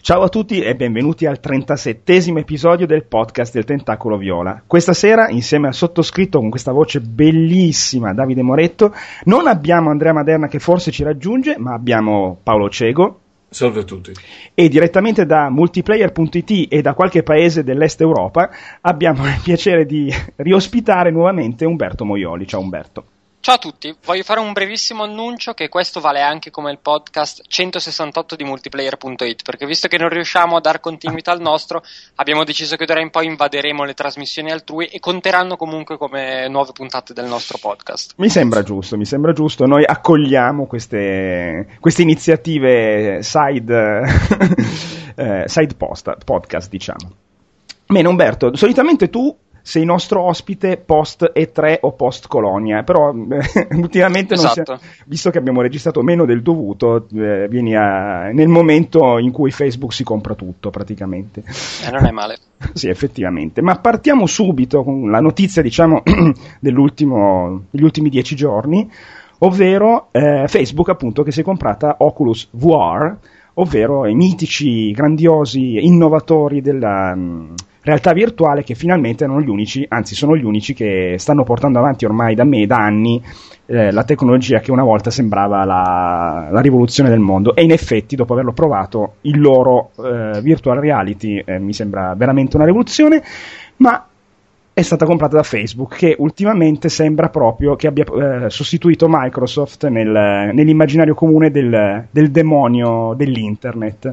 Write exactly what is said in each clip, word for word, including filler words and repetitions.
Ciao a tutti e benvenuti al trentasettesimo episodio del podcast del Tentacolo Viola. Questa sera, insieme al sottoscritto con questa voce bellissima, Davide Moretto, non abbiamo Andrea Maderna che forse ci raggiunge, ma abbiamo Paolo Cego. Salve a tutti. E direttamente da multiplayer punto it e da qualche paese dell'est Europa abbiamo il piacere di riospitare nuovamente Umberto Moioli. Ciao Umberto. Ciao a tutti, voglio fare un brevissimo annuncio che questo vale anche come il podcast centosessantotto di multiplayer punto it, perché visto che non riusciamo a dar continuità al nostro, abbiamo deciso che d'ora in poi invaderemo le trasmissioni altrui e conteranno comunque come nuove puntate del nostro podcast. Mi sembra giusto, mi sembra giusto, noi accogliamo queste, queste iniziative side, eh, side post, podcast, diciamo. Bene Umberto, solitamente tu sei nostro ospite post E tre o post Colonia, però eh, ultimamente non esatto. si, visto che abbiamo registrato meno del dovuto, eh, vieni a, nel momento in cui Facebook si compra tutto praticamente. Eh, non è male. Sì, effettivamente, ma partiamo subito con la notizia, diciamo, dell'ultimo, degli ultimi dieci giorni, ovvero eh, Facebook appunto che si è comprata Oculus V R, ovvero i mitici, grandiosi innovatori della mh, realtà virtuale che finalmente erano gli unici, anzi sono gli unici che stanno portando avanti ormai da me, da anni, eh, la tecnologia che una volta sembrava la, la rivoluzione del mondo, e in effetti dopo averlo provato il loro eh, virtual reality eh, mi sembra veramente una rivoluzione, ma è stata comprata da Facebook, che ultimamente sembra proprio che abbia eh, sostituito Microsoft nel, nell'immaginario comune del, del demonio dell'internet.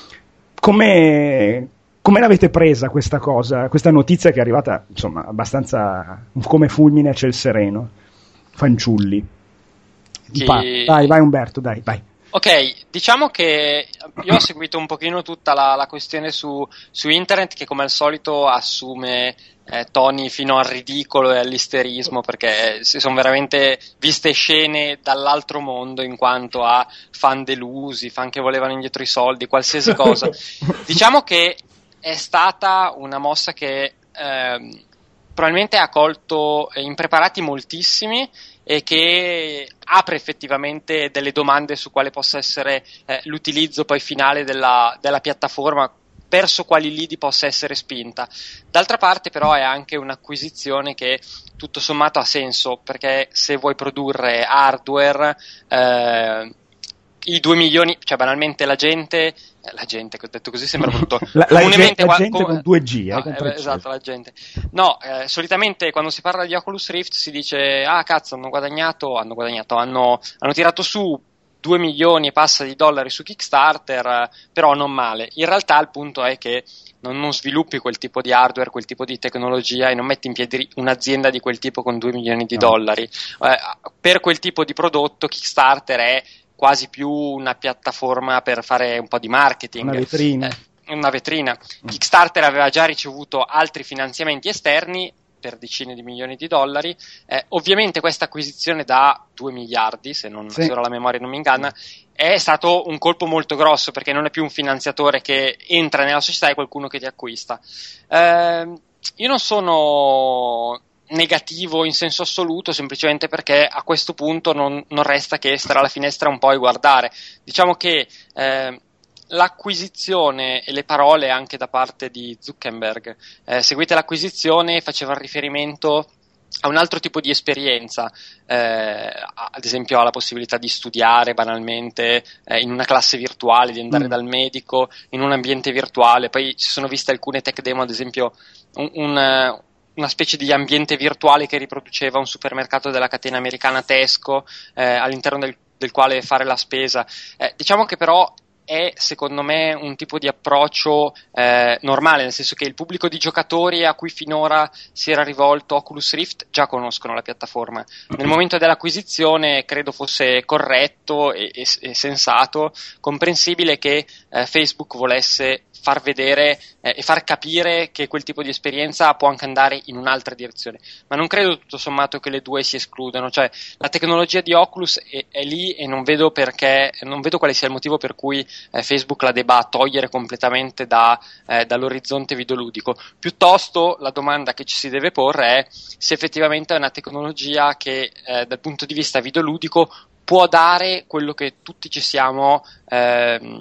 Come, come l'avete presa questa cosa, questa notizia che è arrivata, insomma, abbastanza come fulmine a ciel sereno? Fanciulli. Chi... Va, vai, vai Umberto, dai, vai. Ok, diciamo che io ho seguito un pochino tutta la, la questione su, su internet, che come al solito assume eh, toni fino al ridicolo e all'isterismo, perché si sono veramente viste scene dall'altro mondo in quanto a fan delusi, fan che volevano indietro i soldi, qualsiasi cosa. Diciamo che è stata una mossa che eh, probabilmente ha colto impreparati moltissimi e che apre effettivamente delle domande su quale possa essere eh, l'utilizzo poi finale della, della piattaforma, verso quali lidi possa essere spinta. D'altra parte però è anche un'acquisizione che tutto sommato ha senso, perché se vuoi produrre hardware eh, i due milioni, cioè banalmente la gente la gente, che ho detto così sembra brutto, la, la, gente, la qua, gente com- con due G eh, no, eh, esatto, la gente no, eh, solitamente quando si parla di Oculus Rift si dice ah cazzo hanno guadagnato hanno guadagnato hanno, hanno tirato su due milioni e passa di dollari su Kickstarter, eh, però non male. In realtà il punto è che non, non sviluppi quel tipo di hardware, quel tipo di tecnologia e non metti in piedi un'azienda di quel tipo con due milioni di no. dollari. Eh, per quel tipo di prodotto Kickstarter è quasi più una piattaforma per fare un po' di marketing, una vetrina. Eh, una vetrina. Kickstarter aveva già ricevuto altri finanziamenti esterni per decine di milioni di dollari. Eh, ovviamente questa acquisizione da due miliardi, se, non, sì. se ora la memoria non mi inganna, è stato un colpo molto grosso, perché non è più un finanziatore che entra nella società, è qualcuno che ti acquista. Eh, io non sono negativo in senso assoluto, semplicemente perché a questo punto non, non resta che stare alla finestra un po' e guardare. Diciamo che eh, l'acquisizione e le parole anche da parte di Zuckerberg, eh, seguite l'acquisizione, faceva riferimento a un altro tipo di esperienza, eh, ad esempio alla possibilità di studiare banalmente eh, in una classe virtuale, di andare mm. dal medico in un ambiente virtuale. Poi ci sono viste alcune tech demo, ad esempio un, un una specie di ambiente virtuale che riproduceva un supermercato della catena americana Tesco, eh, all'interno del, del quale fare la spesa. Eh, diciamo che però è, secondo me, un tipo di approccio eh, normale, nel senso che il pubblico di giocatori a cui finora si era rivolto Oculus Rift già conoscono la piattaforma. Nel momento dell'acquisizione credo fosse corretto e, e, e sensato, comprensibile che eh, Facebook volesse far vedere eh, e far capire che quel tipo di esperienza può anche andare in un'altra direzione, ma non credo tutto sommato che le due si escludano. Cioè la tecnologia di Oculus è, è lì e non vedo perché, non vedo quale sia il motivo per cui eh, Facebook la debba togliere completamente da, eh, dall'orizzonte videoludico. Piuttosto la domanda che ci si deve porre è se effettivamente è una tecnologia che eh, dal punto di vista videoludico può dare quello che tutti ci siamo ehm,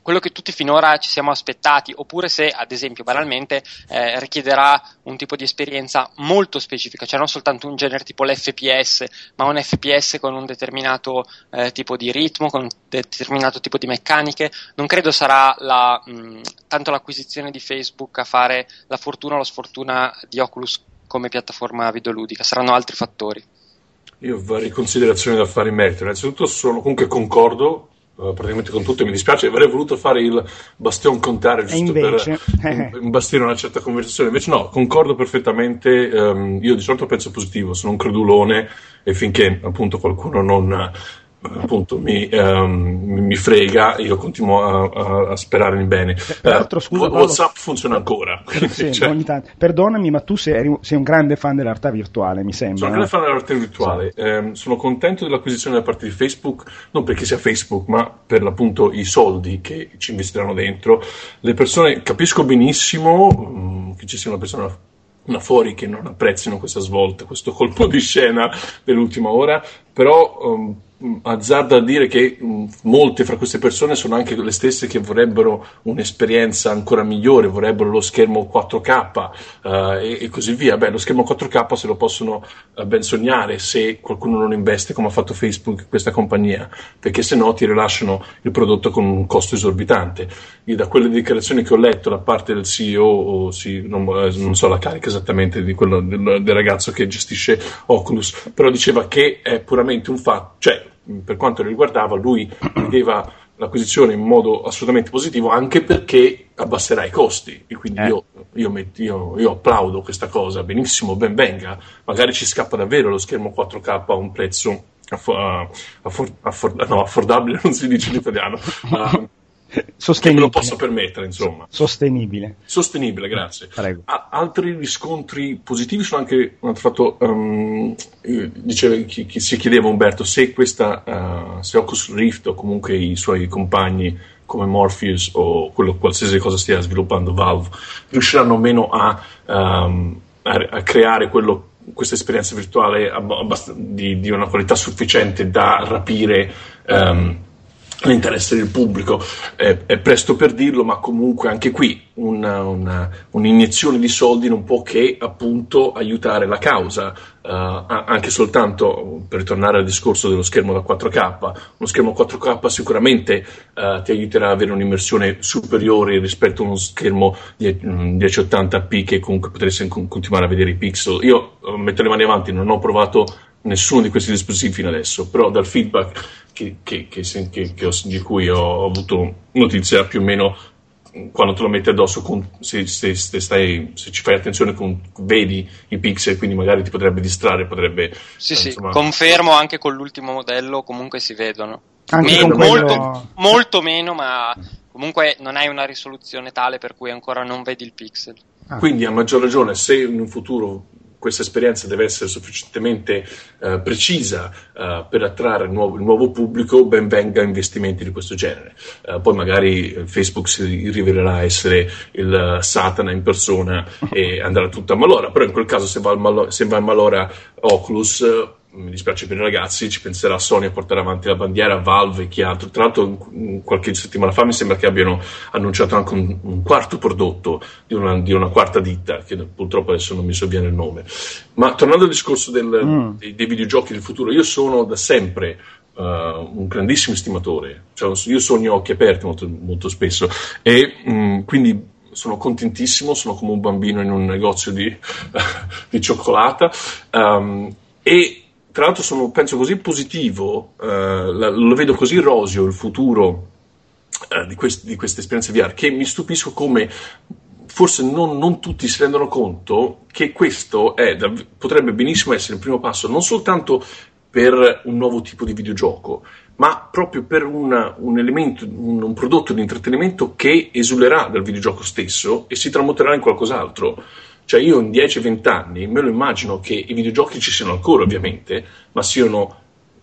quello che tutti finora ci siamo aspettati, oppure se ad esempio banalmente eh, richiederà un tipo di esperienza molto specifica, cioè non soltanto un genere tipo l'F P S, ma un F P S con un determinato eh, tipo di ritmo, con un determinato tipo di meccaniche. Non credo sarà la, mh, tanto l'acquisizione di Facebook a fare la fortuna o la sfortuna di Oculus come piattaforma videoludica, saranno altri fattori. Io ho varie considerazioni da fare in merito. Innanzitutto sono comunque concordo Uh, praticamente con tutto, mi dispiace, avrei voluto fare il bastion contare giusto invece... per imbastire una certa conversazione, invece no, concordo perfettamente. Um, io di solito penso positivo, sono un credulone e finché appunto qualcuno non appunto mi, um, mi frega, io continuo a, a, a sperare in bene. Peraltro, scusa, uh, Paolo, WhatsApp funziona ancora, quindi, sì, cioè, ogni tanto. Perdonami, ma tu sei, sei un grande fan della realtà virtuale, mi sembra. Sono un grande fan della realtà virtuale. Sì. Eh, sono contento dell'acquisizione da parte di Facebook, non perché sia Facebook, ma per l'appunto i soldi che ci investiranno dentro. Le persone, capisco benissimo mh, che ci sia una persona una fuori che non apprezzino questa svolta, questo colpo di scena dell'ultima ora, però um, azzardo a dire che um, molte fra queste persone sono anche le stesse che vorrebbero un'esperienza ancora migliore, vorrebbero lo schermo quattro K uh, e, e così via. Beh, lo schermo quattro K se lo possono uh, ben sognare se qualcuno non investe come ha fatto Facebook in questa compagnia, perché se no ti rilasciano il prodotto con un costo esorbitante. Io da quelle dichiarazioni che ho letto da parte del C E O, o sì, non, non so la carica esattamente di quello del, del ragazzo che gestisce Oculus, però diceva che è puramente un fatto, cioè per quanto lo riguardava lui vedeva l'acquisizione in modo assolutamente positivo, anche perché abbasserà i costi e quindi eh. io, io, met, io, io applaudo questa cosa, benissimo, ben venga, magari ci scappa davvero lo schermo quattro K a un prezzo affor, affor, affor, no, affordabile, non si dice in italiano, uh, che me lo posso permettere, insomma. Sostenibile. Sostenibile, grazie. Prego. A- altri riscontri positivi sono anche un altro fatto, um, diceva, chi, chi si chiedeva Umberto se questa uh, se Oculus Rift o comunque i suoi compagni come Morpheus o quello, qualsiasi cosa stia sviluppando Valve riusciranno o meno a, um, a, a creare quello, questa esperienza virtuale abbast- di, di una qualità sufficiente da rapire um, l'interesse del pubblico. Eh, è presto per dirlo, ma comunque anche qui una, una, un'iniezione di soldi non può che appunto aiutare la causa, uh, anche soltanto per ritornare al discorso dello schermo da quattro K. Uno schermo quattro K sicuramente uh, ti aiuterà ad avere un'immersione superiore rispetto a uno schermo dieci ottanta p che comunque potresti continuare a vedere i pixel. Io uh, metto le mani avanti, non ho provato nessuno di questi dispositivi fino adesso, però dal feedback che, che, che, che, che ho, di cui ho avuto notizia più o meno, quando te lo metti addosso, con, se, se, se, stai, se ci fai attenzione, con, vedi i pixel, quindi magari ti potrebbe distrarre, potrebbe... Sì, eh, sì, insomma... confermo, anche con l'ultimo modello comunque si vedono. Anche meno, con quello... molto, molto meno, ma comunque non hai una risoluzione tale per cui ancora non vedi il pixel. Ah. Quindi a maggior ragione, se in un futuro questa esperienza deve essere sufficientemente uh, precisa uh, per attrarre il nuovo, il nuovo pubblico, ben venga investimenti di questo genere. Uh, poi magari Facebook si rivelerà essere il Satana in persona e andrà tutto a malora, però in quel caso se va, al malo- se va a malora Oculus, uh, mi dispiace per i ragazzi, ci penserà Sony a portare avanti la bandiera, Valve e chi altro. Tra l'altro qualche settimana fa mi sembra che abbiano annunciato anche un, un quarto prodotto di una, di una quarta ditta, che purtroppo adesso non mi sovviene il nome. Ma tornando al discorso del, mm. dei, dei videogiochi del futuro, io sono da sempre uh, un grandissimo estimatore, cioè, io sogno a occhi aperti molto, molto spesso e mh, quindi sono contentissimo, sono come un bambino in un negozio di, di cioccolata um, e tra l'altro sono, penso, così positivo, uh, la, lo vedo così roseo il futuro uh, di, quest, di queste esperienze V R, che mi stupisco come forse non, non tutti si rendono conto che questo è, potrebbe benissimo essere il primo passo, non soltanto per un nuovo tipo di videogioco, ma proprio per una, un elemento, un, un prodotto di intrattenimento che esulerà dal videogioco stesso e si tramuterà in qualcos'altro. Cioè io in dieci venti anni me lo immagino che i videogiochi ci siano ancora ovviamente, ma siano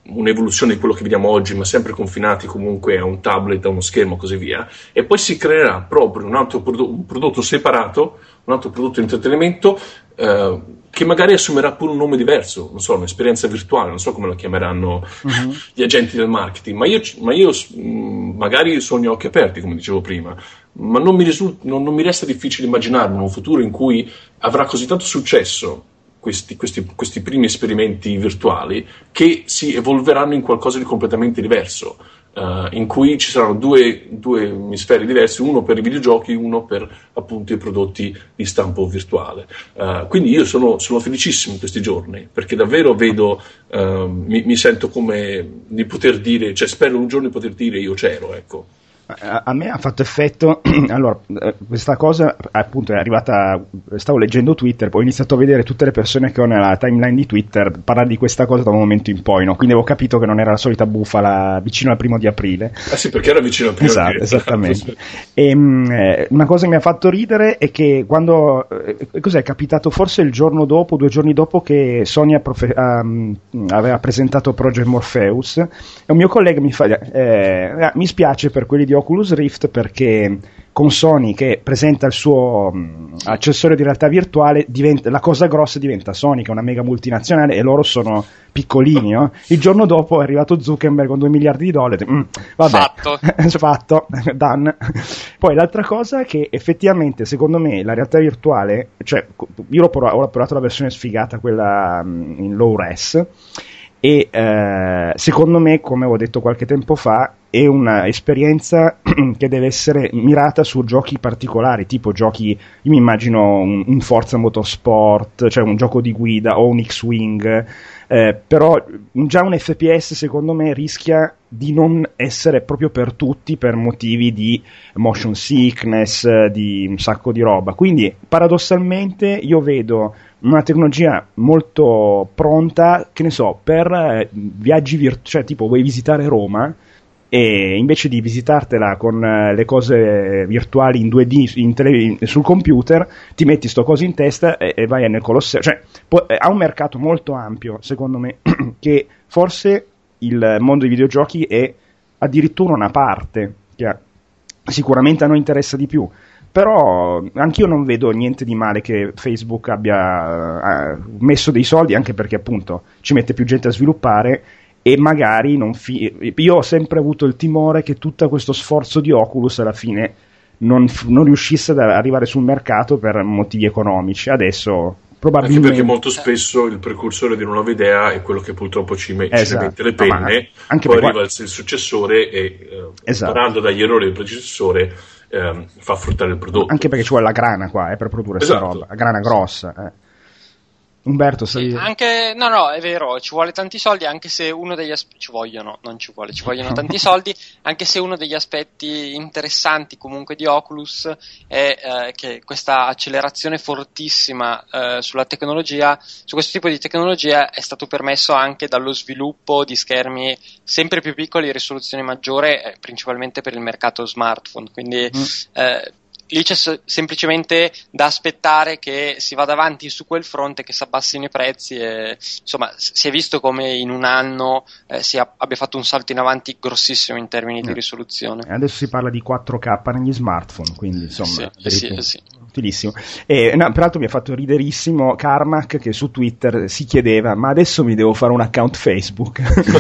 un'evoluzione di quello che vediamo oggi, ma sempre confinati comunque a un tablet, a uno schermo, così via, e poi si creerà proprio un altro prodo- un prodotto separato, un altro prodotto di intrattenimento eh, che magari assumerà pure un nome diverso, non so, un'esperienza virtuale, non so come lo chiameranno uh-huh. gli agenti del marketing, ma io, ma io mh, magari sogno a occhi aperti, come dicevo prima, ma non mi, risulta, non, non mi resta difficile immaginarmi un futuro in cui avrà così tanto successo Questi, questi, questi primi esperimenti virtuali che si evolveranno in qualcosa di completamente diverso, uh, in cui ci saranno due, due emisferi diversi, uno per i videogiochi, uno per appunto i prodotti di stampo virtuale. Uh, quindi io sono, sono felicissimo in questi giorni, perché davvero vedo, uh, mi, mi sento come di poter dire, cioè spero un giorno di poter dire io c'ero, ecco. A me ha fatto effetto, allora, questa cosa appunto è arrivata, stavo leggendo Twitter, poi ho iniziato a vedere tutte le persone che ho nella timeline di Twitter parlare di questa cosa da un momento in poi, no? Quindi avevo capito che non era la solita bufala vicino al primo di aprile. Ah sì, perché era vicino al primo esatto, di aprile. Esattamente. E, mh, una cosa che mi ha fatto ridere è che quando, eh, cos'è capitato forse il giorno dopo, due giorni dopo che Sony ha profe- um, aveva presentato Project Morpheus, e un mio collega mi fa, eh, mi spiace per quelli di Oculus Rift perché con Sony che presenta il suo mh, accessorio di realtà virtuale diventa, la cosa grossa diventa Sony che è una mega multinazionale e loro sono piccolini, no? Il giorno dopo è arrivato Zuckerberg con due miliardi di dollari, mm, vabbè, fatto, fatto, done. Poi l'altra cosa è che effettivamente secondo me la realtà virtuale, cioè io l'ho provato, ho provato la versione sfigata, quella mh, in low res, e eh, secondo me, come ho detto qualche tempo fa, è un'esperienza che deve essere mirata su giochi particolari, tipo giochi, io mi immagino un, un Forza Motorsport, cioè un gioco di guida o un X-Wing, eh, però già un F P S secondo me rischia di non essere proprio per tutti per motivi di motion sickness, di un sacco di roba, quindi paradossalmente io vedo una tecnologia molto pronta, che ne so, per eh, viaggi virtuali, cioè tipo vuoi visitare Roma e invece di visitartela con eh, le cose virtuali in due D in tele, in, sul computer, ti metti sto coso in testa e, e vai nel Colosseo, cioè può, eh, ha un mercato molto ampio secondo me che forse il mondo dei videogiochi è addirittura una parte che ha, sicuramente a noi interessa di più. Però anch'io non vedo niente di male che Facebook abbia uh, messo dei soldi, anche perché appunto ci mette più gente a sviluppare e magari non fi- io ho sempre avuto il timore che tutto questo sforzo di Oculus alla fine non, f- non riuscisse ad arrivare sul mercato per motivi economici. Adesso probabilmente, anche perché molto spesso il precursore di una nuova idea è quello che purtroppo ci, me- esatto. ci mette le penne, no, anche poi arriva qua... il successore e eh, esatto. imparando dagli errori del predecessore eh, fa fruttare il prodotto. Anche perché ci vuole la grana qua eh, per produrre questa esatto. roba, la grana grossa. Eh. Umberto, sei... sì, anche no no è vero, ci vuole tanti soldi, anche se uno degli aspetti ci vogliono non ci vuole ci vogliono tanti soldi, anche se uno degli aspetti interessanti comunque di Oculus è eh, che questa accelerazione fortissima eh, sulla tecnologia, su questo tipo di tecnologia, è stato permesso anche dallo sviluppo di schermi sempre più piccoli, risoluzione maggiore, eh, principalmente per il mercato smartphone, quindi mm. eh, lì c'è semplicemente da aspettare che si vada avanti su quel fronte, che si abbassino i prezzi e insomma si è visto come in un anno eh, si abbia fatto un salto in avanti grossissimo in termini eh. di risoluzione. Adesso si parla di quattro K negli smartphone, quindi insomma sì, sì, sì. utilissimo. E no, peraltro mi ha fatto riderissimo Carmack che su Twitter si chiedeva: ma adesso mi devo fare un account Facebook?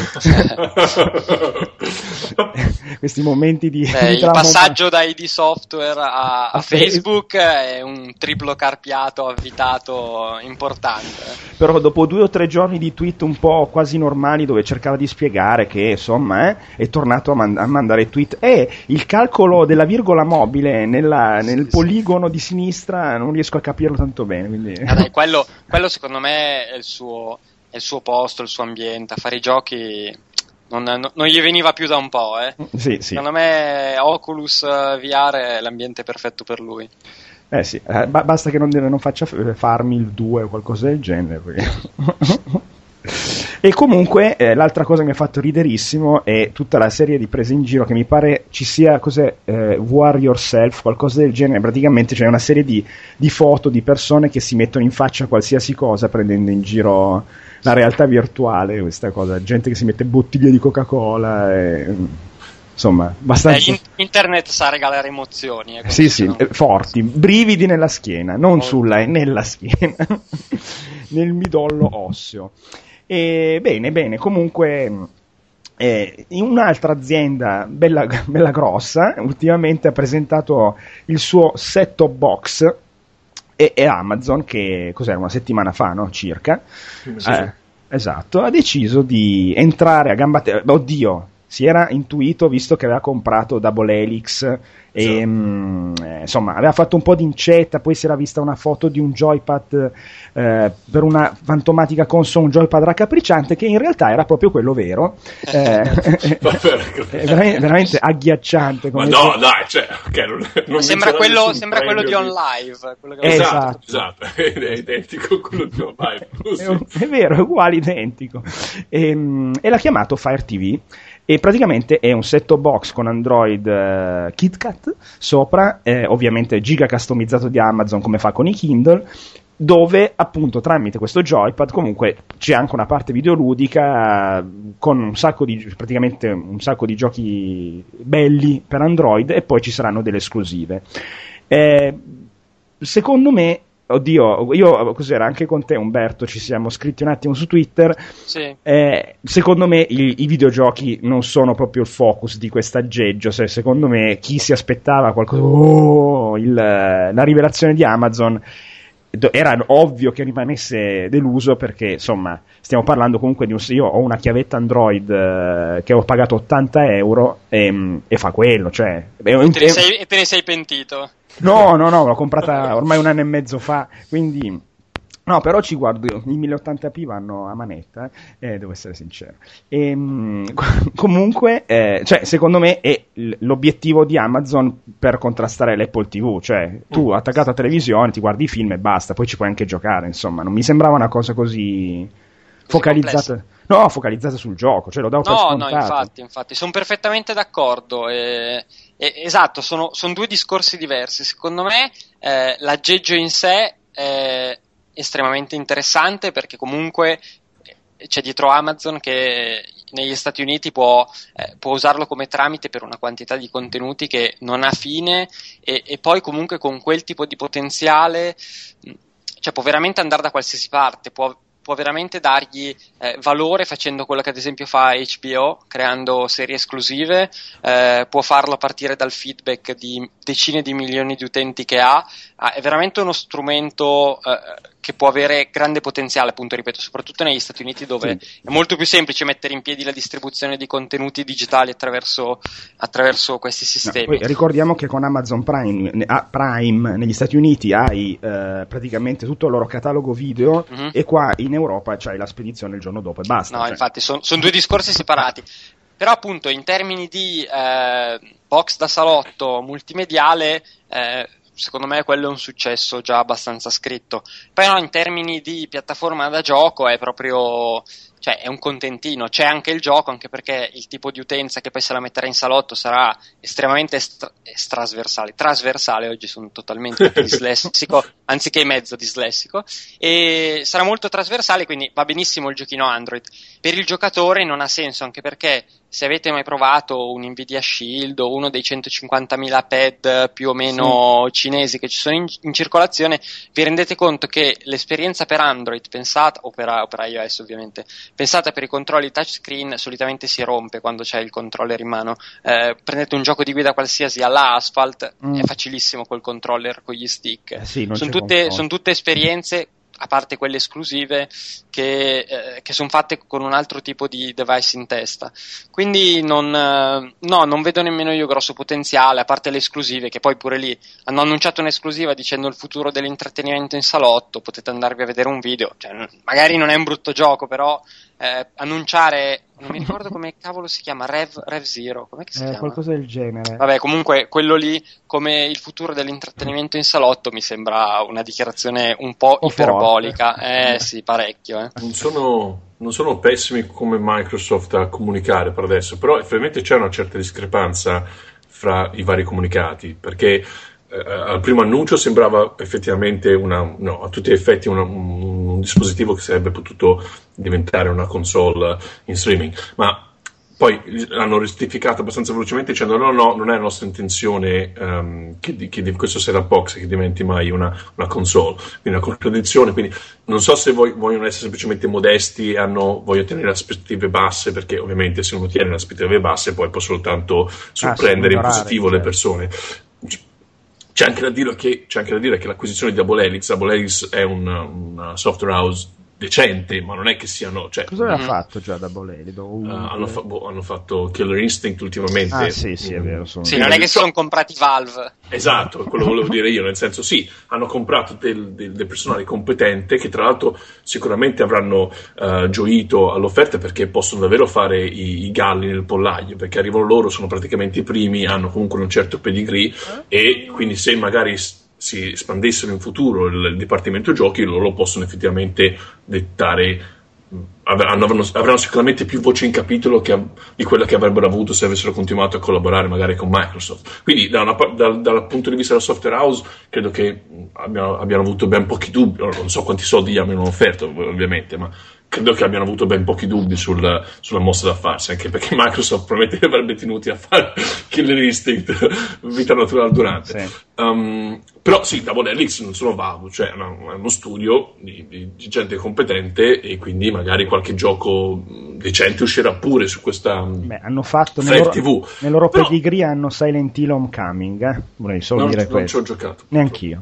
Questi momenti di, Beh, di il passaggio da I D Software a a Facebook è un triplo carpiato avvitato importante. Però dopo due o tre giorni di tweet un po' quasi normali dove cercava di spiegare che insomma eh, è tornato a, mand- a mandare tweet e eh, il calcolo della virgola mobile nella, nel sì, poligono sì. di sinistra non riesco a capirlo tanto bene, quindi... ah, dai, quello, quello secondo me è il suo, è il suo posto, il suo ambiente, a fare i giochi non, non, non gli veniva più da un po', eh. Sì, sì. Secondo me Oculus V R è l'ambiente perfetto per lui. Eh sì, eh, ba- basta che non, non faccia Farmil due o qualcosa del genere. Perché... E comunque eh, l'altra cosa che mi ha fatto riderissimo è tutta la serie di prese in giro che mi pare ci sia cos'è eh, V R Yourself, qualcosa del genere. Praticamente c'è una serie di, di foto di persone che si mettono in faccia qualsiasi cosa prendendo in giro la realtà virtuale, questa cosa, gente che si mette bottiglie di Coca-Cola e, insomma, abbastanza... Eh, in- internet sa regalare emozioni. Eh, sì, sì, eh, forti, brividi nella schiena, non oh. sulla, è nella schiena, nel midollo osseo. E bene, bene, comunque... Eh, in un'altra azienda bella, bella grossa ultimamente ha presentato il suo set-top box e, e Amazon, che cos'era, una settimana fa, no? Circa sì, sì. Eh, esatto, ha deciso di entrare a gamba tesa. Oddio, si era intuito visto che aveva comprato Double Helix e sì. mh, eh, insomma aveva fatto un po' di incetta, poi si era vista una foto di un joypad eh, per una fantomatica console, un joypad raccapricciante che in realtà era proprio quello vero, eh, è veramente, veramente agghiacciante come ma no dai, cioè, okay, non, non sembra quello, sembra quello di OnLive, quello che esatto, esatto, è identico a quello di OnLive. È, è vero, è uguale, identico, e, e l'ha chiamato Fire T V e praticamente è un set-top box con Android eh, KitKat sopra, eh, ovviamente giga customizzato di Amazon come fa con i Kindle, dove appunto tramite questo joypad comunque c'è anche una parte videoludica eh, con un sacco di praticamente un sacco di giochi belli per Android, e poi ci saranno delle esclusive. Eh, secondo me, oddio, io cos'era anche con te Umberto, ci siamo scritti un attimo su Twitter, sì. eh, secondo me i, i videogiochi non sono proprio il focus di quest'aggeggio, se, secondo me chi si aspettava qualcosa, oh, il, la rivelazione di Amazon, era ovvio che rimanesse deluso, perché insomma stiamo parlando comunque di un... io ho una chiavetta Android eh, che ho pagato ottanta euro e, e fa quello, cioè è un, e, te ne sei, e te ne sei pentito? No, no, no, l'ho comprata ormai un anno e mezzo fa, quindi no, però ci guardo, i mille ottanta p vanno a manetta, eh, devo essere sincero. E, comunque, eh, cioè, secondo me è l'obiettivo di Amazon per contrastare l'Apple T V, cioè tu attaccato a televisione ti guardi i film e basta, poi ci puoi anche giocare, insomma, non mi sembrava una cosa così, così focalizzata. Complessa. No, focalizzata sul gioco, cioè lo davo per scontato. No, no, infatti, infatti, sono perfettamente d'accordo. E, e, esatto, sono, sono due discorsi diversi. Secondo me eh, l'aggeggio in sé è estremamente interessante, perché comunque c'è dietro Amazon che negli Stati Uniti può, eh, può usarlo come tramite per una quantità di contenuti che non ha fine, e, e poi comunque con quel tipo di potenziale, cioè può veramente andare da qualsiasi parte, può può veramente dargli eh, valore facendo quello che ad esempio fa H B O, creando serie esclusive, eh, può farlo a partire dal feedback di decine di milioni di utenti che ha, ah, è veramente uno strumento eh, che può avere grande potenziale, appunto, ripeto, soprattutto negli Stati Uniti, dove sì. È molto più semplice mettere in piedi la distribuzione di contenuti digitali attraverso, attraverso questi sistemi. No, poi ricordiamo che con Amazon Prime, ah, Prime negli Stati Uniti hai eh, praticamente tutto il loro catalogo video, mm-hmm. e qua in Europa c'hai la spedizione il giorno dopo e basta. No, cioè. Infatti sono son due discorsi separati. Però appunto in termini di eh, box da salotto multimediale, eh, secondo me quello è un successo già abbastanza scritto. Però in termini di piattaforma da gioco è proprio, cioè è un contentino. C'è anche il gioco, anche perché il tipo di utenza che poi se la metterà in salotto sarà estremamente estra- trasversale. Trasversale, oggi sono totalmente dislessico, anziché mezzo dislessico, e sarà molto trasversale, quindi va benissimo il giochino Android. Per il giocatore non ha senso, anche perché se avete mai provato un Nvidia Shield o uno dei centocinquantamila pad più o meno sì. cinesi che ci sono in, in circolazione, vi rendete conto che l'esperienza per Android pensata, o per, o per iOS ovviamente, pensata per i controlli touchscreen, solitamente si rompe quando c'è il controller in mano. Eh, prendete un gioco di guida qualsiasi alla Asphalt, mm. è facilissimo col controller, con gli stick. Eh sì, sono tutte, son tutte esperienze, a parte quelle esclusive, che, eh, che sono fatte con un altro tipo di device in testa. Quindi non, eh, no, non vedo nemmeno io grosso potenziale, a parte le esclusive, che poi pure lì hanno annunciato un'esclusiva dicendo il futuro dell'intrattenimento in salotto, potete andarvi a vedere un video, cioè, magari non è un brutto gioco, però eh, annunciare, non mi ricordo come cavolo si chiama, Rev, Rev Zero, com'è che si eh, chiama? Qualcosa del genere. Vabbè, comunque quello lì come il futuro dell'intrattenimento in salotto mi sembra una dichiarazione un po' o iperbolica. Eh sì, parecchio. Eh. Non sono, non sono pessimi come Microsoft a comunicare per adesso, però effettivamente c'è una certa discrepanza fra i vari comunicati, perché eh, al primo annuncio sembrava effettivamente una, no, a tutti gli effetti una, un, un dispositivo che sarebbe potuto diventare una console in streaming, ma poi l'hanno rettificato abbastanza velocemente dicendo no, no, non è la nostra intenzione um, che, che questo setup box che diventi mai una, una console, quindi una contraddizione. Quindi non so se voglio, vogliono essere semplicemente modesti e hanno, vogliono tenere aspettative basse, perché ovviamente se uno tiene le aspettative basse poi può soltanto sorprendere ah, in positivo certo. le persone. C'è anche da dire che, c'è anche da dire che l'acquisizione di Double Helix, Double Helix è una, una software house decente, ma non è che siano, cioè, cosa aveva mm. fatto già Double Helix? Uh, hanno, fa- boh, hanno fatto Killer Instinct ultimamente. Ah sì, sì, è vero. Sono sì, non è che si sono comprati Valve. Esatto, quello volevo dire io, nel senso sì, hanno comprato del, del, del personale competente che tra l'altro sicuramente avranno uh, gioito all'offerta, perché possono davvero fare i, i galli nel pollaio, perché arrivano loro, sono praticamente i primi, hanno comunque un certo pedigree e quindi se magari si espandessero in futuro il, il dipartimento giochi, loro possono effettivamente dettare, avranno, avranno sicuramente più voce in capitolo che, di quella che avrebbero avuto se avessero continuato a collaborare magari con Microsoft. Quindi da una, da, dal punto di vista della software house credo che abbiano, abbiano avuto ben pochi dubbi, non so quanti soldi gli abbiano offerto ovviamente, ma credo che abbiano avuto ben pochi dubbi sul, sulla mossa da farsi, anche perché Microsoft probabilmente li avrebbe tenuti a fare Killer Instinct vita naturale durante. Sì. Um, però sì, Double Helix non sono Valve, cioè è, una, è uno studio di, di, di gente competente, e quindi magari qualche gioco decente uscirà pure su questa Beh, hanno fatto nel loro, tivù. Nel loro però, pedigree hanno Silent Hill Homecoming, eh? Vorrei solo non, dire non questo. Non ci ho giocato. Neanch'io.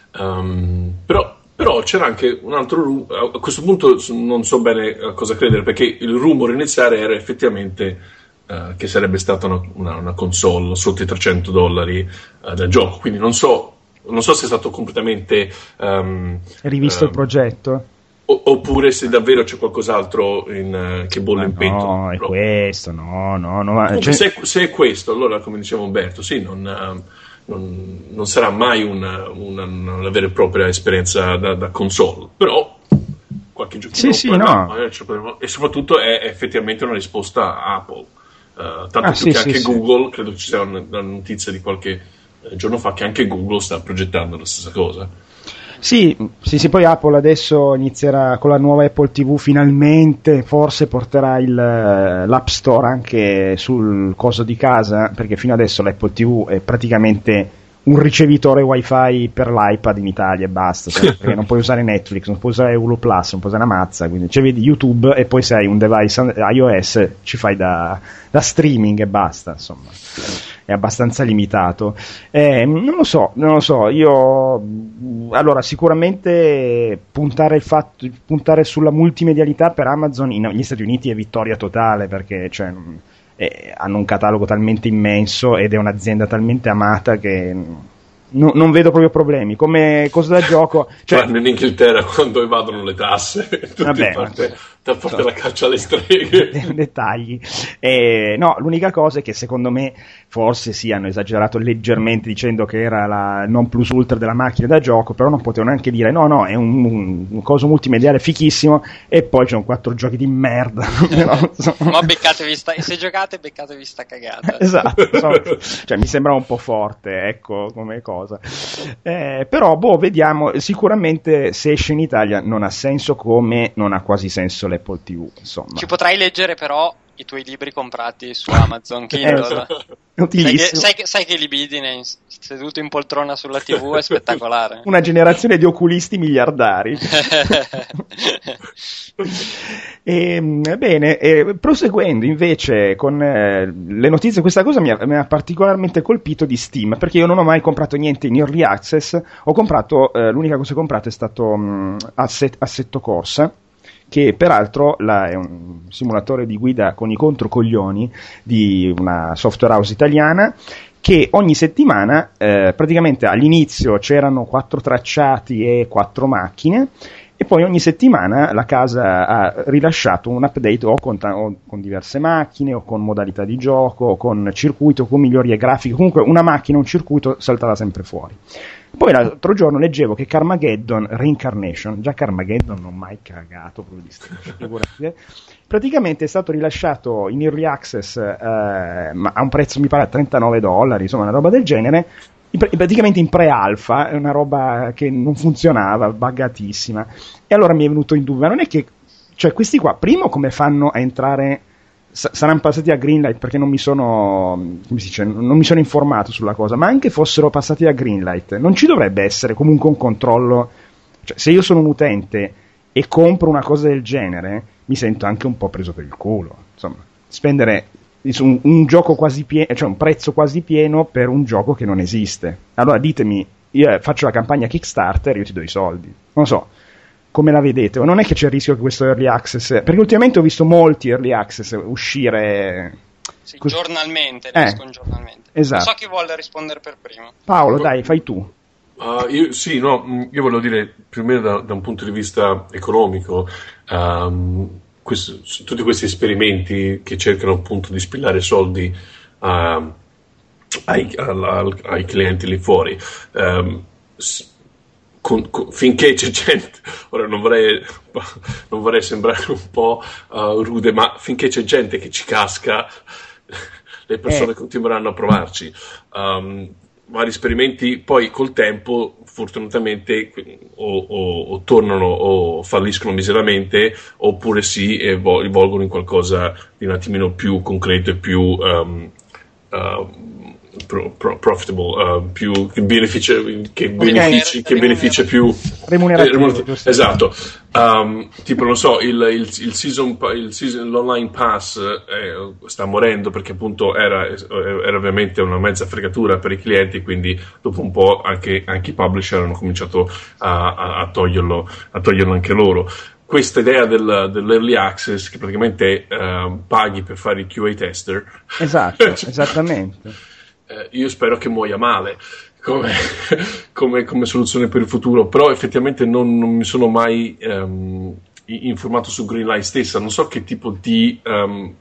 Um, però Però c'era anche un altro rumore, a questo punto non so bene a cosa credere, perché il rumore iniziale era effettivamente uh, che sarebbe stata una, una, una console sotto i trecento dollari uh, del gioco, quindi non so, non so se è stato completamente um, rivisto uh, il progetto o, oppure se davvero c'è qualcos'altro in, uh, che bolle Ma in pentola. No, è però. questo, no, no, no. Comunque, cioè... se, se è questo, allora come diceva Umberto, sì, non... Uh, Non, non sarà mai una, una, una vera e propria esperienza da, da console, però qualche giochino sì, sì, no. e soprattutto è effettivamente una risposta a Apple, uh, tanto ah, più sì, che anche sì, Google sì. Credo ci sia una, una notizia di qualche giorno fa che anche Google sta progettando la stessa cosa. Sì, sì, sì, poi Apple adesso inizierà con la nuova Apple tivù, finalmente forse porterà il, l'App Store anche sul coso di casa, perché fino adesso l'Apple tivù è praticamente un ricevitore wifi per l'iPad in Italia e basta, cioè, perché non puoi usare Netflix, non puoi usare Hulu Plus, non puoi usare una mazza, quindi cioè vedi YouTube e poi se hai un device iOS ci fai da, da streaming e basta, insomma è abbastanza limitato. Eh, non lo so, non lo so, io allora sicuramente puntare il fatto puntare sulla multimedialità per Amazon in, negli Stati Uniti è vittoria totale, perché cioè eh, hanno un catalogo talmente immenso ed è un'azienda talmente amata che no, non vedo proprio problemi. Come cosa da gioco, cioè in Inghilterra quando evadono le tasse tutti vabbè, parte, da parte so, la caccia alle streghe. Dettagli. Eh, no, l'unica cosa è che secondo me forse sì, hanno esagerato leggermente dicendo che era la non plus ultra della macchina da gioco, però non potevano neanche dire no no è un, un, un coso multimediale fichissimo e poi c'è un quattro giochi di merda. No, so. Ma beccatevi sta, se giocate beccatevi sta cagata. Esatto, so, cioè mi sembra un po' forte, ecco, come cosa. Eh, però boh, vediamo, sicuramente se esce in Italia non ha senso, come non ha quasi senso l'Apple tivù, insomma. Ci potrai leggere però i tuoi libri comprati su Amazon Kindle. Utilissimo. Sai che, sai, che, sai che libidine seduto in poltrona sulla tivù è spettacolare. Una generazione di oculisti miliardari. E, bene, e, proseguendo invece con eh, le notizie, questa cosa mi ha, mi ha particolarmente colpito di Steam, perché io non ho mai comprato niente in Early Access. Ho comprato, eh, l'unica cosa che ho comprato è stato mh, Asset, Assetto Corsa, che peraltro la, è un simulatore di guida con i controcoglioni di una software house italiana, che ogni settimana eh, praticamente all'inizio c'erano quattro tracciati e quattro macchine, e poi ogni settimana la casa ha rilasciato un update o con, o con diverse macchine, o con modalità di gioco, o con circuito, o con migliorie grafiche. Comunque una macchina, un circuito saltava sempre fuori. Poi l'altro giorno leggevo che Carmageddon Reincarnation, già Carmageddon non ho mai cagato proprio di striscio, praticamente è stato rilasciato in Early Access eh, ma a un prezzo mi pare trentanove dollari, insomma una roba del genere, praticamente in pre-alpha, è una roba che non funzionava, buggatissima. E allora mi è venuto in dubbio, ma non è che, cioè questi qua, primo come fanno a entrare, s- saranno passati a Greenlight perché non mi sono, come si dice, non mi sono informato sulla cosa, ma anche fossero passati a Greenlight, non ci dovrebbe essere comunque un controllo, cioè se io sono un utente e compro una cosa del genere, mi sento anche un po' preso per il culo, insomma, spendere un, un gioco quasi pieno, cioè un prezzo quasi pieno per un gioco che non esiste. Allora ditemi, io faccio la campagna Kickstarter, io ti do i soldi, non so, come la vedete? O non è che c'è il rischio che questo early access, perché ultimamente ho visto molti early access uscire sì, cos- giornalmente, eh, escono giornalmente. Esatto. Non so chi vuole rispondere per primo. Paolo, dai, fai tu. Uh, io, sì, no, io volevo dire, prima da, da un punto di vista economico, um, questo, tutti questi esperimenti che cercano appunto di spillare soldi uh, ai, al, ai clienti lì fuori, um, con, con, finché c'è gente, ora non vorrei, non vorrei sembrare un po' uh, rude, ma finché c'è gente che ci casca, le persone eh. continueranno a provarci. Um, vari esperimenti poi col tempo fortunatamente o, o, o tornano o falliscono miseramente, oppure si evolvono in qualcosa di un attimino più concreto e più um, uh, pro, pro, profitable, uh, più che beneficia che benefici che beneficia più remunerativo, eh, esatto. Um, tipo non so il, il, il, season, il season l'online pass eh, sta morendo perché appunto era, era ovviamente una mezza fregatura per i clienti, quindi dopo un po' anche, anche i publisher hanno cominciato a, a, a toglierlo a toglierlo anche loro. Questa idea del, dell'early access che praticamente uh, paghi per fare i Q A tester, esatto, esattamente. eh, io spero che muoia male Come, come, come soluzione per il futuro, però effettivamente non, non mi sono mai um, informato su Greenlight stessa, non so che tipo di, um,